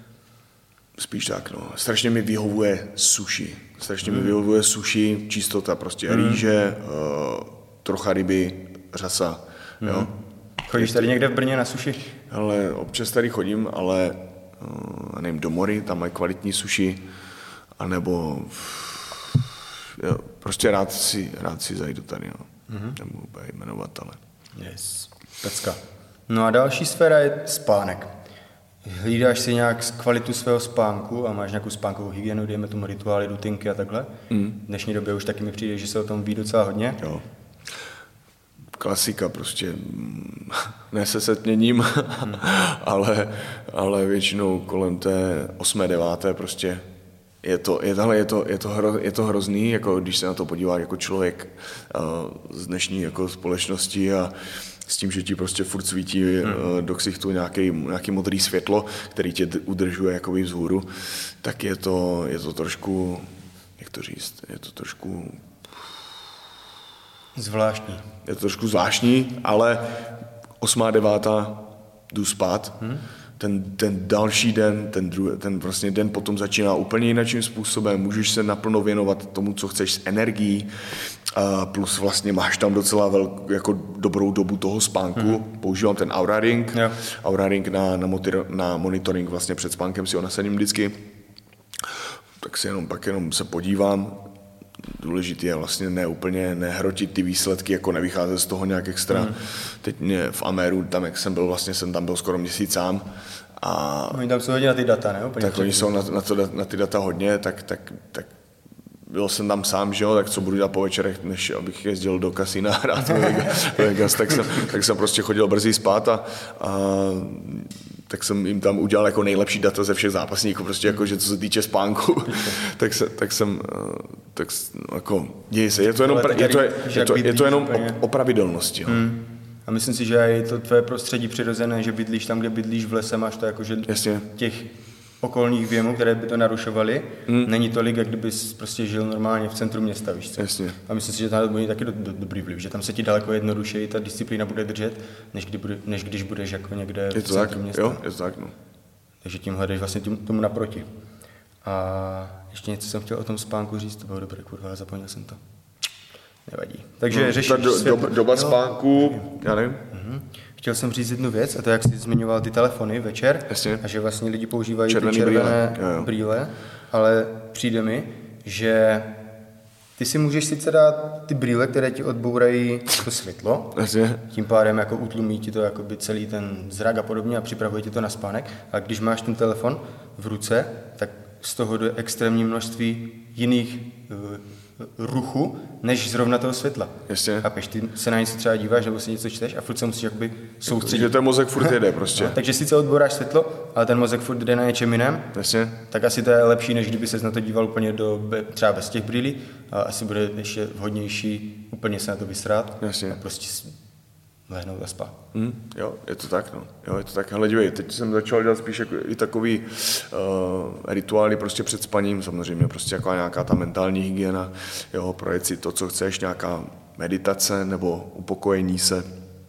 Spíš tak, no. Strašně mi vyhovuje sushi. Strašně mm. mi vyhovuje sushi, čistota, prostě mm. rýže, uh, trocha ryby, řasa, mm. jo.
Chodíš tady někde v Brně na sushi?
Ale občas tady chodím, ale uh, nevím, do Mory, tam mají kvalitní sushi, anebo jo, prostě rád si, rád si zajdu tady, no. Mm. Nebudu jmenovat, ale...
Yes, pecka. No a další sféra je spánek. Hlídáš si nějak kvalitu svého spánku a máš nějakou spánkovou hygienu, dejme tomu rituály, rutinky a takhle? Mm. V dnešní době už taky mi přijde, že se o tom ví docela hodně.
Jo. Klasika prostě, ne se setměním, hmm. ale, ale většinou kolem té osmé, deváté prostě je to, je, je to, je to, hro, je to hrozný, jako když se na to podívá jako člověk uh, z dnešní jako společnosti a s tím, že ti prostě furt svítí hmm. do ksichtu nějaký, nějaký modrý světlo, který tě udržuje jakoby vzhůru, tak je to, je to trošku, jak to říct, je to trošku...
Zvláštní.
Je to trošku zvláštní, ale osmá, devátá jdu spát. Hmm. Ten, ten další den, ten, druhý, ten vlastně den potom začíná úplně jiným způsobem. Můžeš se naplno věnovat tomu, co chceš s energií, a plus vlastně máš tam docela velk, jako dobrou dobu toho spánku. Hmm. Používám ten Aura Ring. Yeah. Aura Ring na, na, motir, na monitoring vlastně před spánkem si ho nasadím vždycky. Tak si jenom pak jenom se podívám. Důležité je vlastně ne úplně nehrotit ty výsledky, jako nevycházet z toho nějak extra. Hmm. Teď mě v Ameru, tam jak jsem byl, vlastně jsem tam byl skoro měsíc sám. A
oni tam jsou hodně na ty data, ne? Úplně
tak oni jsou na, na, to, na ty data hodně, tak, tak, tak byl jsem tam sám, že jo, tak co budu dělat po večerech, než abych jezdil do kasína a hrát Vegas, tak jsem, tak jsem prostě chodil brzy spát a, a tak jsem jim tam udělal jako nejlepší data ze všech zápasníků, prostě jako, že co se týče spánku, tak, se, tak jsem, tak jako, děje se, je to jenom, je to, je to, je to jenom o, o pravidelnosti, jo. Hmm.
A myslím si, že je to tvoje prostředí přirozené, že bydlíš tam, kde bydlíš v lese, máš to jako, že
Jasně.
těch okolních věmů, které by to narušovaly, hmm. není tolik, jak kdybys prostě žil normálně v centru města, víš co?
Jasně.
A myslím si, že tam bude taky do, do, dobrý vliv, že tam se ti daleko jednodušeji ta disciplína bude držet, než, kdy bude, než když budeš jako někde
je
v centru
tak,
města.
Jo, je to tak, no.
Takže tím hledáš vlastně tím, tomu naproti. A ještě něco jsem chtěl o tom spánku říct, to bylo dobré, kurva, ale zapomněl jsem to. Nevadí. Takže no, řešíš
ta do,
svět...
do, doba spánku, já nevím.
Uh-huh. Chtěl jsem říct jednu věc, a to jak jsi zmiňoval ty telefony večer,
Jasně.
a že vlastně lidi používají
červený
ty červené
brýle.
brýle, ale přijde mi, že ty si můžeš sice dát ty brýle, které ti odbourají to světlo,
Jasně.
tím pádem jako utlumí ti to jakoby celý ten zrak a podobně a připravuje ti to na spánek, a když máš ten telefon v ruce, tak z toho jde extrémní množství jiných ruchu, než zrovna toho světla.
Jasně.
Chápeš, ty se na něco třeba díváš, nebo si něco čteš a furt se musíš jakoby soustředit.
Že ten mozek furt jede prostě.
No, takže sice odboráš světlo, ale ten mozek furt jde na něčem jiném.
Jasně.
Tak asi to je lepší, než kdyby ses na to díval úplně do, třeba bez těch brýlí. A asi bude ještě vhodnější úplně se na to vysrát.
Jasně.
A prostě lehnout a spát.
Hmm, jo, je to tak, no. Jo, je to tak. Hele, dívej, teď jsem začal dělat spíš jako i takový uh, rituály prostě před spaním, samozřejmě prostě jako nějaká ta mentální hygiena, jo, projet si to, co chceš, nějaká meditace nebo upokojení se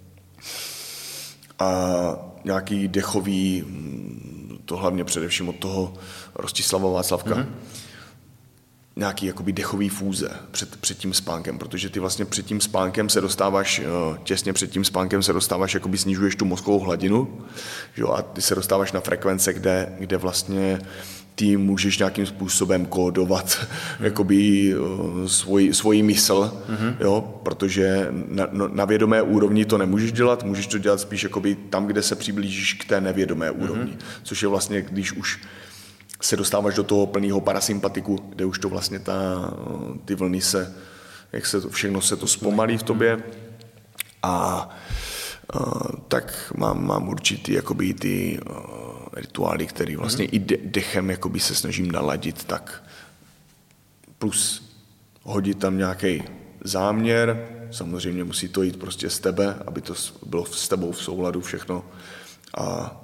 a nějaký dechový, to hlavně především od toho Rostislava Václavka, mm-hmm. nějaký jakoby dechový fúze před, před tím spánkem, protože ty vlastně před tím spánkem se dostáváš, těsně před tím spánkem se dostáváš, jakoby snižuješ tu mozkovou hladinu, jo, a ty se dostáváš na frekvence, kde, kde vlastně ty můžeš nějakým způsobem kódovat mm. jakoby svoji, svoji mysl, mm-hmm. jo, protože na, no, na vědomé úrovni to nemůžeš dělat, můžeš to dělat spíš jakoby tam, kde se přiblížíš k té nevědomé mm-hmm. úrovni, což je vlastně, když už se dostáváš do toho plného parasympatiku, kde už to vlastně ta, ty vlny se, jak se to, všechno se to zpomalí v tobě a, a tak mám, mám určitý jakoby ty uh, rituály, které vlastně mm. i de, dechem jakoby se snažím naladit, tak plus hodit tam nějaký záměr, samozřejmě musí to jít prostě z tebe, aby to bylo s tebou v souladu všechno a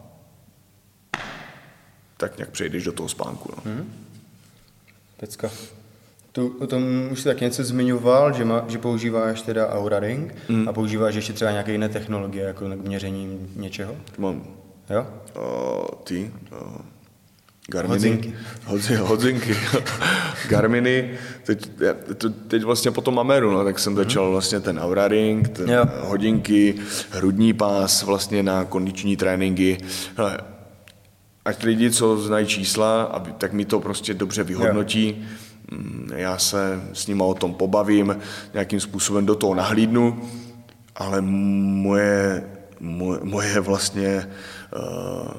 tak nějak přejdeš do toho spánku. No.
Hmm. Pecka. Tu, o tom už jsi tak něco zmiňoval, že, má, že používáš teda Oura Ring hmm. a používáš ještě třeba nějaké jiné technologie, jako k měření něčeho?
Mám.
Jo?
Uh, ty. Uh, Garminy.
Hodzinky.
Hodzi, hodzinky. Garminy. Teď, teď vlastně po tom Ameru, no, tak jsem hmm. začal vlastně ten Oura Ring, ten jo. hodinky, hrudní pás vlastně na kondiční tréninky. Hele, ať lidi, co znají čísla, aby, tak mi to prostě dobře vyhodnotí. Jo. Já se s nima o tom pobavím, nějakým způsobem do toho nahlídnu, ale moje, moje, moje vlastně uh,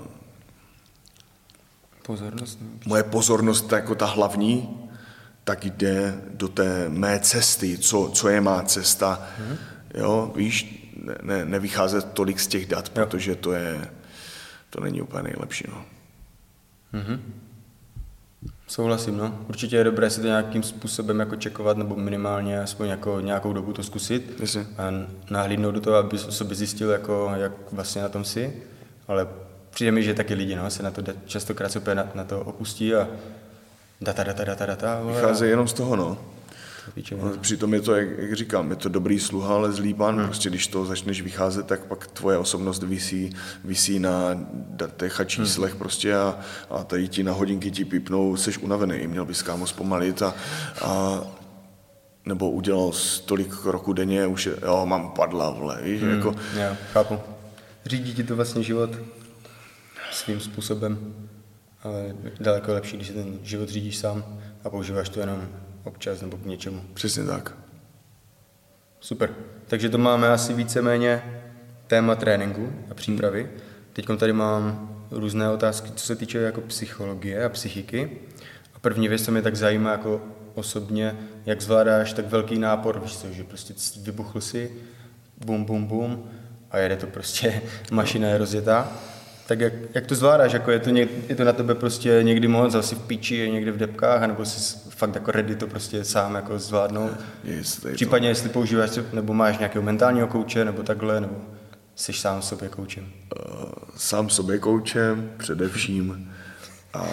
pozornost,
moje pozornost jako ta hlavní, tak jde do té mé cesty, co, co je má cesta. Hmm. Jo, víš, ne, nevycházet tolik z těch dat, jo. protože to je to není úplně nejlepší, no.
Mm-hmm. Souhlasím, no. Určitě je dobré si to nějakým způsobem jako čekovat, nebo minimálně aspoň jako nějakou dobu to zkusit.
Jasně.
A nahlídnout do toho, aby sobě zjistil, jako, jak vlastně na tom si. Ale přijde mi, že taky lidi, no, se na to častokrát úplně na, na to opustí a data, data, data, data.
Vychází jenom z toho, no.
No,
přitom je to, jak, jak říkám, je to dobrý sluha, ale zlý pán. Hmm. Prostě když to začneš vycházet, tak pak tvoje osobnost visí, visí na datech a číslech hmm. prostě a, a tady ti na hodinky ti pípnou, seš unavený, měl bys kámo zpomalit a, a nebo udělal tolik kroků denně, už je, jo, mám padla, vole, víš, hmm. jako.
Já, chápu. Řídí ti to vlastně život svým způsobem, ale daleko lepší, když si ten život řídíš sám a používáš to jenom občas nebo k něčemu.
Přesně tak.
Super. Takže to máme asi víceméně téma tréninku a přípravy. Teď tady mám různé otázky, co se týče jako psychologie a psychiky. A první věc, co mě tak zajímá jako osobně, jak zvládáš tak velký nápor, víš co, že prostě vybuchl si, bum, bum, bum a jede to prostě, mašina je rozjetá. Tak jak, jak to zvládáš? Jako je, to něk, je to na tebe prostě někdy moc, asi v píči, je někde v depkách, anebo si fakt jako ready to prostě sám jako zvládnout?
Jestli
Případně
to...
jestli používáš, nebo máš nějakého mentálního kouče, nebo takhle, nebo jsi sám sobě koučem?
Uh, sám sobě koučem, především. A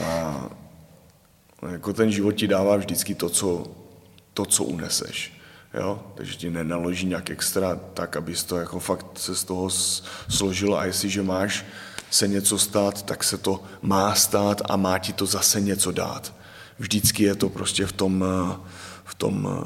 jako ten život ti dává vždycky to, co, to, co uneseš. Jo? Takže ti nenaloží nějak extra tak, abys to jako fakt se z toho složil a jestliže máš se něco stát, tak se to má stát a má ti to zase něco dát. Vždycky je to prostě v tom, v tom,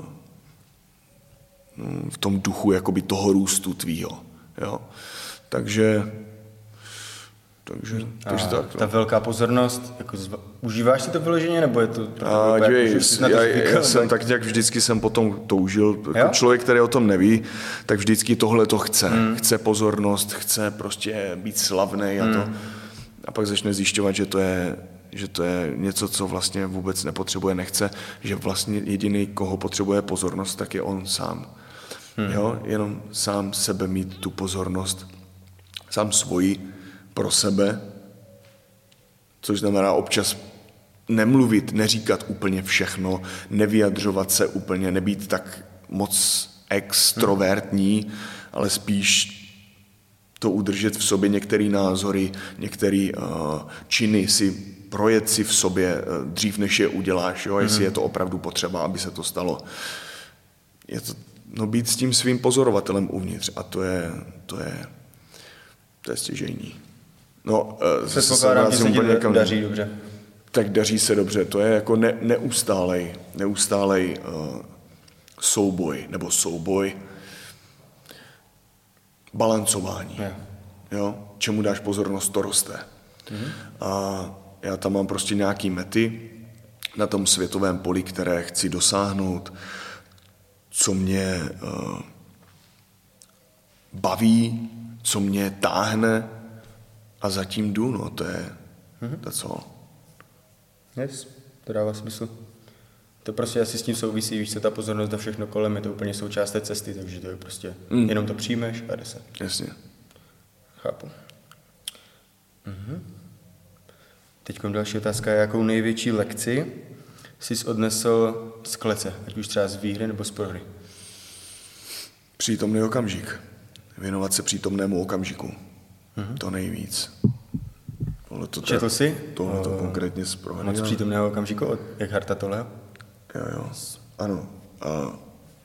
v tom duchu jakoby toho růstu tvýho. Jo? Takže Takže, takže tak, no.
Ta velká pozornost, jako zva, užíváš si to vyloženě, nebo je to...
A,
jako,
dívej,
jako,
já, já, já jsem tak nějak vždycky jsem potom toužil, jako člověk, který o tom neví, tak vždycky tohle to chce. Hmm. Chce pozornost, chce prostě být slavnej a to. A pak začne zjišťovat, že to je, že to je něco, co vlastně vůbec nepotřebuje, nechce, že vlastně jediný, koho potřebuje pozornost, tak je on sám. Hmm. Jo? Jenom sám sebe mít tu pozornost, sám svoji pro sebe, což znamená občas nemluvit, neříkat úplně všechno, nevyjadřovat se úplně, nebýt tak moc extrovertní, hmm. ale spíš to udržet v sobě, některé názory, některé uh, činy si projet si v sobě uh, dřív, než je uděláš, jo? Jestli mm. je to opravdu potřeba, aby se to stalo. Je to, no, být s tím svým pozorovatelem uvnitř a to je, to je, to je stěžejní. No, uh,
se pokládám, že se ti někam, daří dobře.
Tak daří se dobře, to je jako ne, neustálej, neustálej uh, souboj, nebo souboj, balancování. Yeah. Jo? Čemu dáš pozornost, to roste. Mm-hmm. A já tam mám prostě nějaký mety na tom světovém poli, které chci dosáhnout, co mě uh, baví, co mě táhne a zatím jdu, no, to je mm-hmm. to co.
Yes, to dává smysl. To prostě asi s tím souvisí, víš co, ta pozornost a všechno kolem je to úplně součást té cesty, takže to je prostě, mm. jenom to přijmeš a jde se.
Jasně.
Chápu. Mhm. Teď další otázka je, jakou největší lekci jsi odnesl z klece, ať už třeba z výhry nebo z prohry?
Přítomný okamžik. Věnovat se přítomnému okamžiku. Mhm. To nejvíc.
Tohleto Četl jsi?
Tohle to konkrétně z prohry.
Moc přítomného okamžiku od Eckharta Tolleho?
Jo, jo. Ano. A,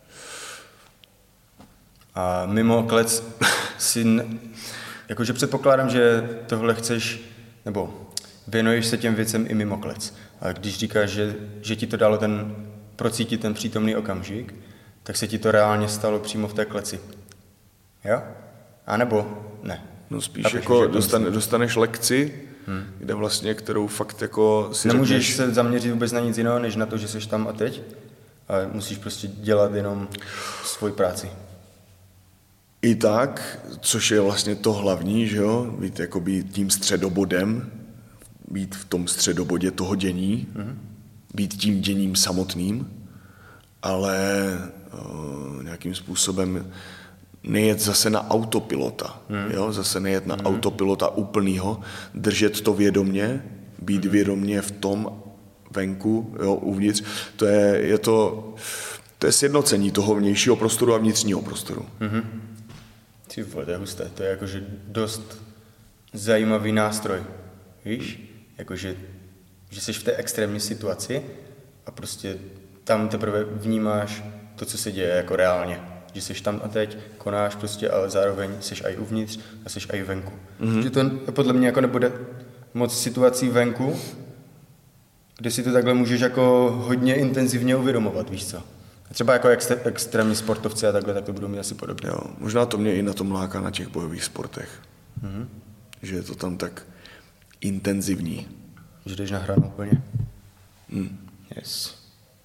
a mimo klec si, jakože předpokládám, že tohle chceš, nebo věnuješ se těm věcem i mimo klec. A když říkáš, že, že ti to dalo ten, procítit ten přítomný okamžik, tak se ti to reálně stalo přímo v té kleci. Jo? A nebo ne?
No spíš Chápeš, jako dostane, dostaneš lekci, Hmm. kde vlastně, kterou fakt jako si
Nemůžeš
řekneš...
se zaměřit vůbec na nic jiného, než na to, že jsi tam a teď, ale musíš prostě dělat jenom svoji práci.
I tak, což je vlastně to hlavní, že jo, být jako být tím středobodem, být v tom středobodě toho dění, hmm. být tím děním samotným, ale uh, nějakým způsobem nejet zase na autopilota, hmm. jo? Zase nejet na hmm. autopilota úplnýho, držet to vědomně, být hmm. vědomně v tom venku, jo, uvnitř. To je, je to, to je sjednocení toho vnějšího prostoru a vnitřního prostoru.
Hmm. Ty vole, to je husté. To je jakože dost zajímavý nástroj, víš? Jakože, že jsi v té extrémní situaci a prostě tam teprve vnímáš to, co se děje jako reálně. Že jsi tam a teď, konáš prostě, ale zároveň jsi aj uvnitř a jsi aj venku. Mm-hmm. Že to podle mě jako nebude moc situací venku, kde si to takhle můžeš jako hodně intenzivně uvědomovat, víš co? Třeba jako extré, extrémní sportovci a takhle, tak to budou mít asi podobně.
Jo, možná to mě i na tom láká na těch bojových sportech. Mm-hmm. Že je to tam tak intenzivní.
Že jdeš na hranu úplně. Mm. Yes.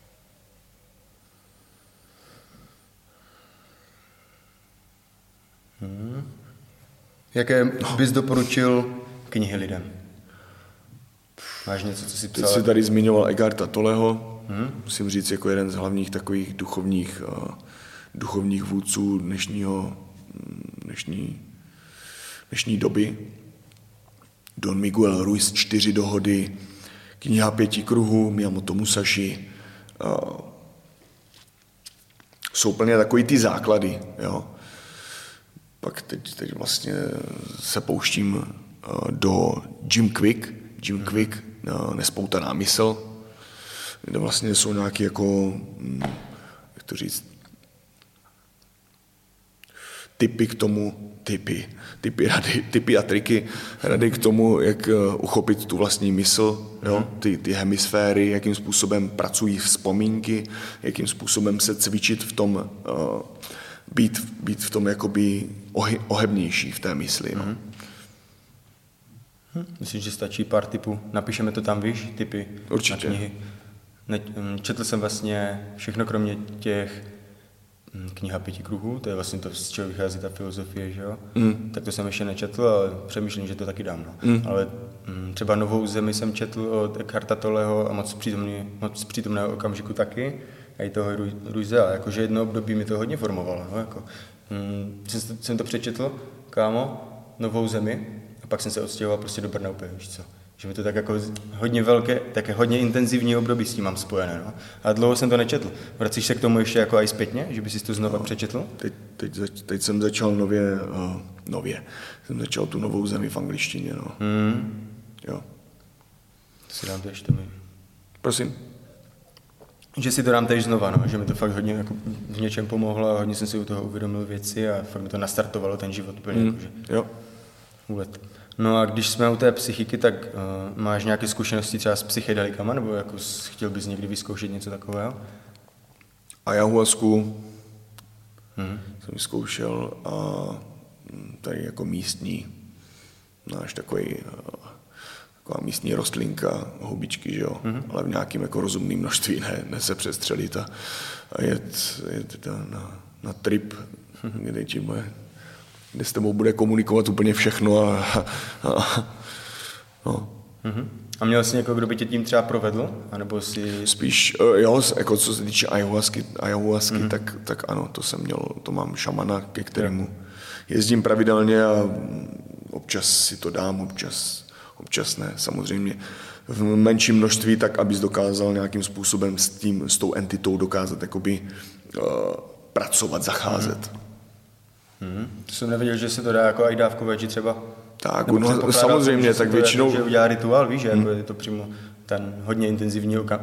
Hmm. Jaké bys doporučil knihy lidem? Máš něco, co jsi psal?
Teď jsi tady zmiňoval Eckharta Tolleho, hmm? musím říct jako jeden z hlavních takových duchovních, uh, duchovních vůdců dnešního, dnešní, dnešní doby. Don Miguel Ruiz, Čtyři dohody, kniha Pěti kruhů, Miyamoto Musashi. Uh, jsou plně takový ty základy, jo. Pak teď, teď vlastně se pouštím do Jim Quick, Jim Quick, Nespoutaná mysl, kde vlastně jsou nějaké jako, jak to říct, tipy k tomu, tipy, tipy, rady, tipy a triky, rady k tomu, jak uchopit tu vlastní mysl, jo? Ty, ty hemisféry, jakým způsobem pracují vzpomínky, jakým způsobem se cvičit v tom, uh, být, být v tom jakoby ohy, ohebnější v té mysli. No.
Hm, myslím, že stačí pár tipů. Napíšeme to tam, víš, tipy
Určitě.
na knihy. Četl jsem vlastně všechno, kromě těch kniha Pěti kruhů, to je vlastně to, z čeho vychází ta filozofie, že jo? Mm. Tak to jsem ještě nečetl, ale přemýšlím, že to taky dám, no. Mm. Ale mm, třeba Novou zemi jsem četl od Eckharta Tolleho a moc, přítomný, moc přítomného okamžiku taky, a i toho Ruizea, jakože jedno období mi to hodně formovalo, no, jako. Mm, jsem, jsem to přečetl, kámo, Novou zemi, a pak jsem se odstěhoval prostě do Brna úplně, víš co. Že mi to tak jako hodně velké, také hodně intenzivní období s tím mám spojené, no. A dlouho jsem to nečetl. Vracíš se k tomu ještě jako aj zpětně, že by si to znova no, přečetl?
Teď, teď, zač, teď jsem začal nově, uh, nově, jsem začal tu Novou zemi v angličtině, no. Mm. Jo.
To si dám to ještě mi.
Prosím.
Že si to dám teď znova, no. Že mi to fakt hodně jako v něčem pomohlo a hodně jsem si u toho uvědomil věci a fakt mi to nastartovalo ten život úplně. Mm. Jakože.
Jo.
Úlet. No a když jsme u té psychiky, tak uh, máš nějaké zkušenosti třeba s psychedelikama, nebo jako chtěl bys někdy vyzkoušet něco takového?
Ayahuasku hmm. jsem vyzkoušel a tady jako místní, náš takový, taková místní rostlinka, houbičky, že jo, hmm. ale v nějakým jako rozumným množství, ne, ne se přestřelit a, a jet, jet na, na trip, hmm. kde ti bude kde s tebou bude komunikovat úplně všechno a, a, a no.
Mm-hmm. A měl jsi někoho, kdo by tě tím třeba provedl? A nebo si...
Spíš, jo, jako co se týče ayahuasky, ayahuasky mm-hmm. tak, tak ano, to jsem měl, to mám šamana, ke kterému jezdím pravidelně a občas si to dám, občas, občas ne, samozřejmě v menším množství, tak abys dokázal nějakým způsobem s tím, s tou entitou dokázat jakoby uh, pracovat, zacházet. Mm-hmm.
Hmm. To jsem nevěděl, že se to dá jako aj dávkové, či třeba...
Tak, no, samozřejmě, jsem, tak většinou...
Jako, že udělá rituál, víš, že hmm. jako je to přímo ten hodně intenzivní uh,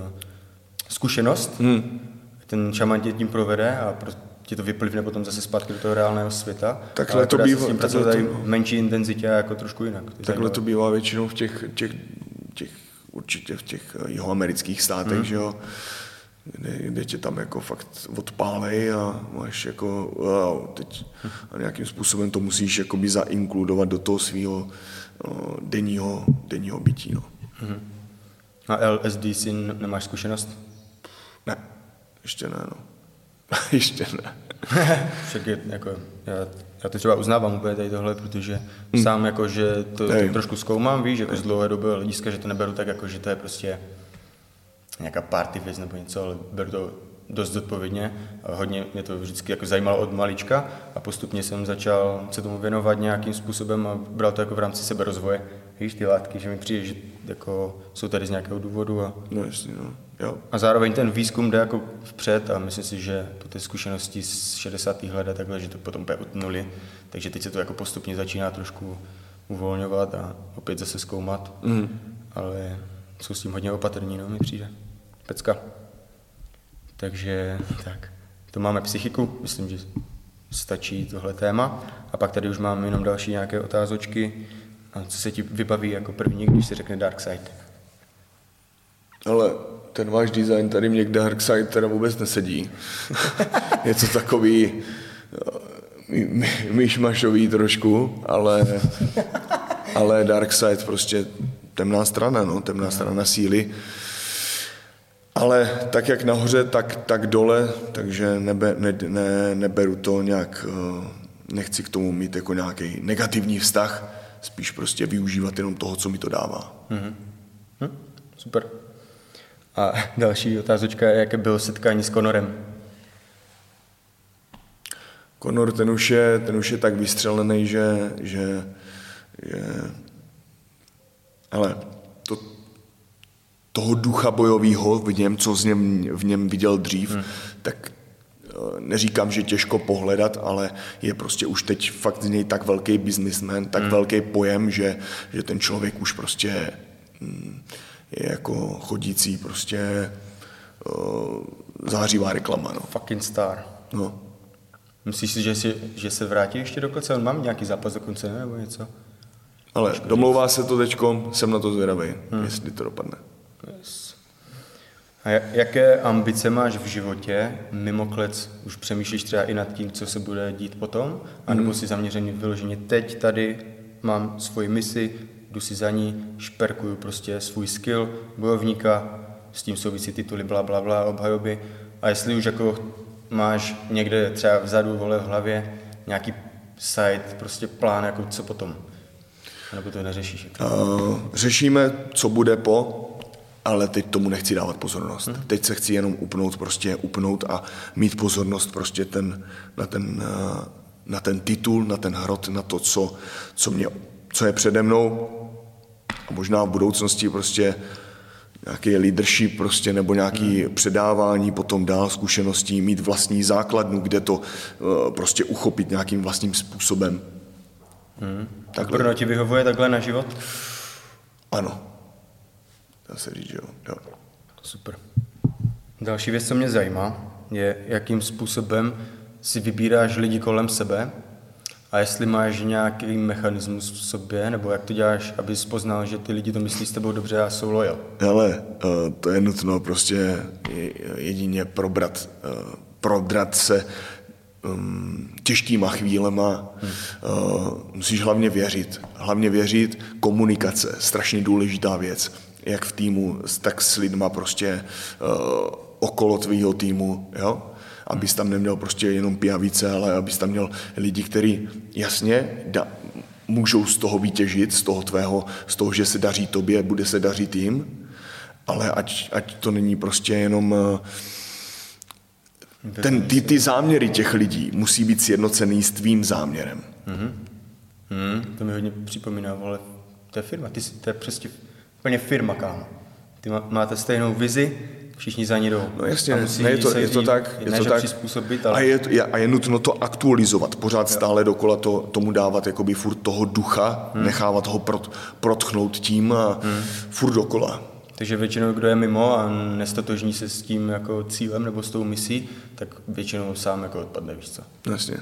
zkušenost, hmm. ten šaman tě tím provede a ti to vyplivne potom zase zpátky do toho reálného světa.
Takhle to bývá...
S tím pracovat tady v menší intenzitě a jako trošku jinak. To
takhle to bývá většinou v těch, těch, těch určitě v těch jihoamerických státech, hmm. že jo, Kde, kde tě tam jako fakt odpálej a máš jako wow, teď a nějakým způsobem to musíš jakoby zainkludovat do toho svého no, denního, denního bytí. No.
Mm-hmm. A L S D si nemáš zkušenost?
Ne, ještě ne, no. ještě ne.
Však je, jako, já, já to třeba uznávám úplně tady tohle, protože mm. sám jako, že to, to trošku zkoumám, víš, jako z dlouhé doby hlediska, že to neberu tak jako, že to je prostě nějaká party věc nebo něco, ale beru to dost zodpovědně. A hodně mě to vždycky jako zajímalo od malička a postupně jsem začal se tomu věnovat nějakým způsobem a bral to jako v rámci seberozvoje. Víš, ty látky, že mi přijde, že jako jsou tady z nějakého důvodu. A,
no jasně, no. Jo.
A zároveň ten výzkum jde jako vpřed a myslím si, že po té zkušenosti z šedesátých let a takhle, že to potom úplně utnuli. Takže teď se to jako postupně začíná trošku uvolňovat a opět zase zkoumat. Mm. Ale jsou s tím hodně opatrní, no, mi přijde. Pecka. Takže tak, to máme psychiku, myslím, že stačí tohle téma. A pak tady už mám jenom další nějaké otázočky. A co se ti vybaví jako první, když se řekne Dark Side?
Ale ten váš design tady mě k Dark Side teda vůbec nesedí. Je to takový myšmašový trošku, ale, ale Dark Side prostě temná strana, no, temná strana síly. Ale tak jak nahoře, tak, tak dole, takže nebe, ne, ne, neberu to nějak, nechci k tomu mít jako nějaký negativní vztah, spíš prostě využívat jenom toho, co mi to dává. Mm-hmm.
Hm, super. A další otázka je, jaké bylo setkání s Conorem?
Conor, ten už je, ten už je tak vystřelený, že, že, že ale to, toho ducha bojového v něm, co z něm, v něm viděl dřív, hmm. tak neříkám, že těžko pohledat, ale je prostě už teď fakt z něj tak velký businessman, tak hmm. velký pojem, že, že ten člověk už prostě je jako chodící prostě uh, zářivá reklama. No.
Fucking star.
No.
Myslíš si, že, si, že se vrátí ještě do konce? On mám nějaký zápas do konce, ne? Nebo něco?
Ale Počkej. Domlouvá se to teďko, jsem na to zvědavý, hmm. jestli to dopadne.
Yes. A jaké ambice máš v životě? Mimo klec už přemýšlíš třeba i nad tím, co se bude dít potom? A nebo hmm. si zaměřený vyloženě teď, tady, mám svoji misi, jdu si za ní, šperkuju prostě svůj skill bojovníka, s tím souvisí tituly, bla, bla, bla, obhajoby. A jestli už jako máš někde třeba vzadu, vole, v hlavě nějaký site, prostě plán, jako co potom? Nebo to neřešíš?
Uh, řešíme, co bude po, ale teď tomu nechci dávat pozornost. Hmm. Teď se chci jenom upnout, prostě upnout a mít pozornost prostě ten, na, ten, na ten titul, na ten hrot, na to, co, co, mě, co je přede mnou a možná v budoucnosti prostě nějaký leadership prostě, nebo nějaký hmm. předávání potom dál zkušeností, mít vlastní základnu, kde to uh, prostě uchopit nějakým vlastním způsobem.
Hmm. Takhle. Brno ti vyhovuje takhle na život?
Ano. Dá se říct, jo. jo.
Super. Další věc, co mě zajímá, je, jakým způsobem si vybíráš lidi kolem sebe a jestli máš nějaký mechanismus v sobě, nebo jak to děláš, abys poznal, že ty lidi to myslí s tebou dobře a jsou loyal.
Hele, to je nutno prostě jedině probrat, prodrat se těžkýma chvílema. Hmm. Musíš hlavně věřit. Hlavně věřit, komunikace, strašně důležitá věc. Jak v týmu, tak s lidma prostě okolo tvýho týmu, jo? Abys tam neměl prostě jenom pijavice, ale abys tam měl lidi, kteří jasně da, můžou z toho vytěžit, z toho tvého, z toho, že se daří tobě, bude se dařit jim, ale ať, ať to není prostě jenom ten, ty, ty záměry těch lidí musí být sjednocený s tvým záměrem.
Mm-hmm. Mm, to mi hodně připomíná, ale to je firma, ty, to je prostě úplně firma, kámo. Ty má, máte stejnou vizi, všichni za ní jdou.
No jasně, ne, je, to, je to tak, je to tak. Ale... A, je, a je nutno to aktualizovat, pořád jo. stále dokola to, tomu dávat jakoby furt toho ducha, hmm. nechávat ho prot, protchnout tím a hmm. furt dokola.
Takže většinou, kdo je mimo a nestotožní se s tím jako cílem nebo s tou misí, tak většinou sám jako odpadne, víš co?
Jasně.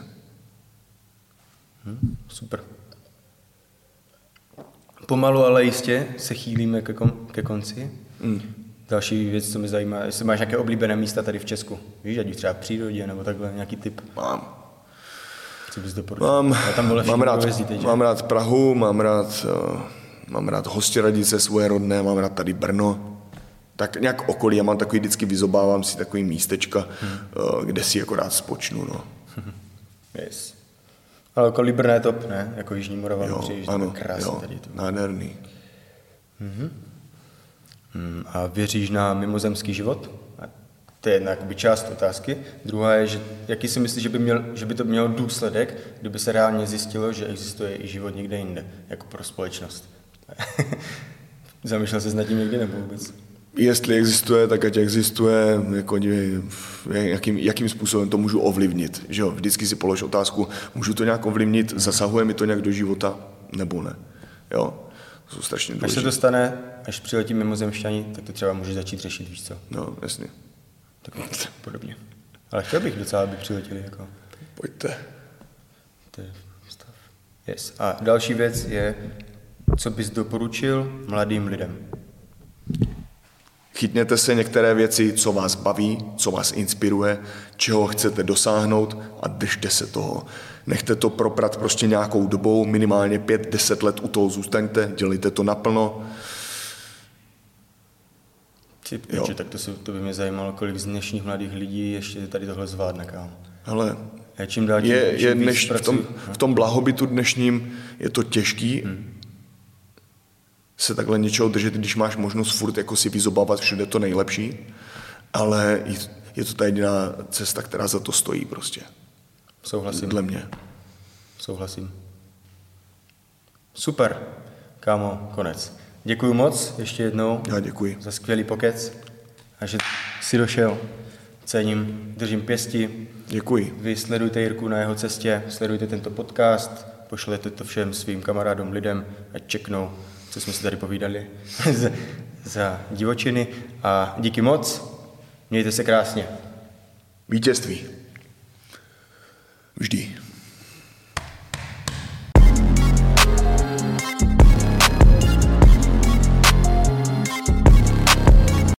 Hmm, super. Pomalu, ale jistě se chýlíme ke, kon, ke konci. Hmm. Další věc, co mě zajímá, jestli máš nějaké oblíbené místa tady v Česku. Víš, ať už třeba v přírodě nebo takhle, nějaký tip.
Mám.
Co bys doporučil?
Mám, tam mám, rád, teď, mám rád Prahu, mám rád, uh, mám rád Hostěradice svoje rodné, mám rád tady Brno. Tak nějak okolí, já mám takový, vždycky vyzobávám si takový místečka, hmm. uh, kde si jako rád spočnu. No.
Yes. Ale okolí Brna je top, ne? Jako Jižní Morava,
jo,
přijde,
ano,
krásný
jo,
tady to.
nádherný.
Mm-hmm. Hmm, a věříš na mimozemský život? A to je jedna část otázky. Druhá je, že jaký si myslíš, že by, měl, že by to mělo důsledek, kdyby se reálně zjistilo, že existuje i život někde jinde, jako pro společnost. Zamýšlel ses nad tím někdy nebo vůbec?
Jestli existuje, tak ať existuje, jako, jakým, jakým způsobem to můžu ovlivnit. Že jo? Vždycky si polož otázku, můžu to nějak ovlivnit, zasahuje mi to nějak do života, nebo ne. Jo? To jsou strašně důležité.
Až se to stane, až přiletí mimozemšťani, tak to třeba můžeš začít řešit, víš co?
No, jasně.
Tak podobně. Ale chtěl bych docela, aby přiletěli. Jako...
Pojďte.
To je stav. Yes. A další věc je, co bys doporučil mladým lidem?
Chytněte se některé věci, co vás baví, co vás inspiruje, čeho chcete dosáhnout a držte se toho. Nechte to proprat prostě nějakou dobou, minimálně pět, deset let u toho zůstaňte, dělejte to naplno.
Ty piči, tak to, se, to by mě zajímalo, kolik z dnešních mladých lidí ještě tady tohle zvládne, kámo.
Ale
je, čím dál, tím,
je,
čím
je dneš, v, tom, v tom blahobytu dnešním je to těžký, hmm. se takhle něčeho držet, když máš možnost furt jako si vyzobávat všude to nejlepší, ale je to ta jediná cesta, která za to stojí prostě.
Souhlasím.
Dle mě.
Souhlasím. Super. Kámo, konec. Děkuju moc ještě jednou.
Já děkuji.
Za skvělý pokec a že jsi došel. Cením, držím pěsti.
Děkuji.
Vy sledujte Jirku na jeho cestě, sledujte tento podcast, pošlete to všem svým kamarádům, lidem, ať čeknou, co jsme si tady povídali za, za divočiny. A díky moc, mějte se krásně.
Vítězství. Vždy.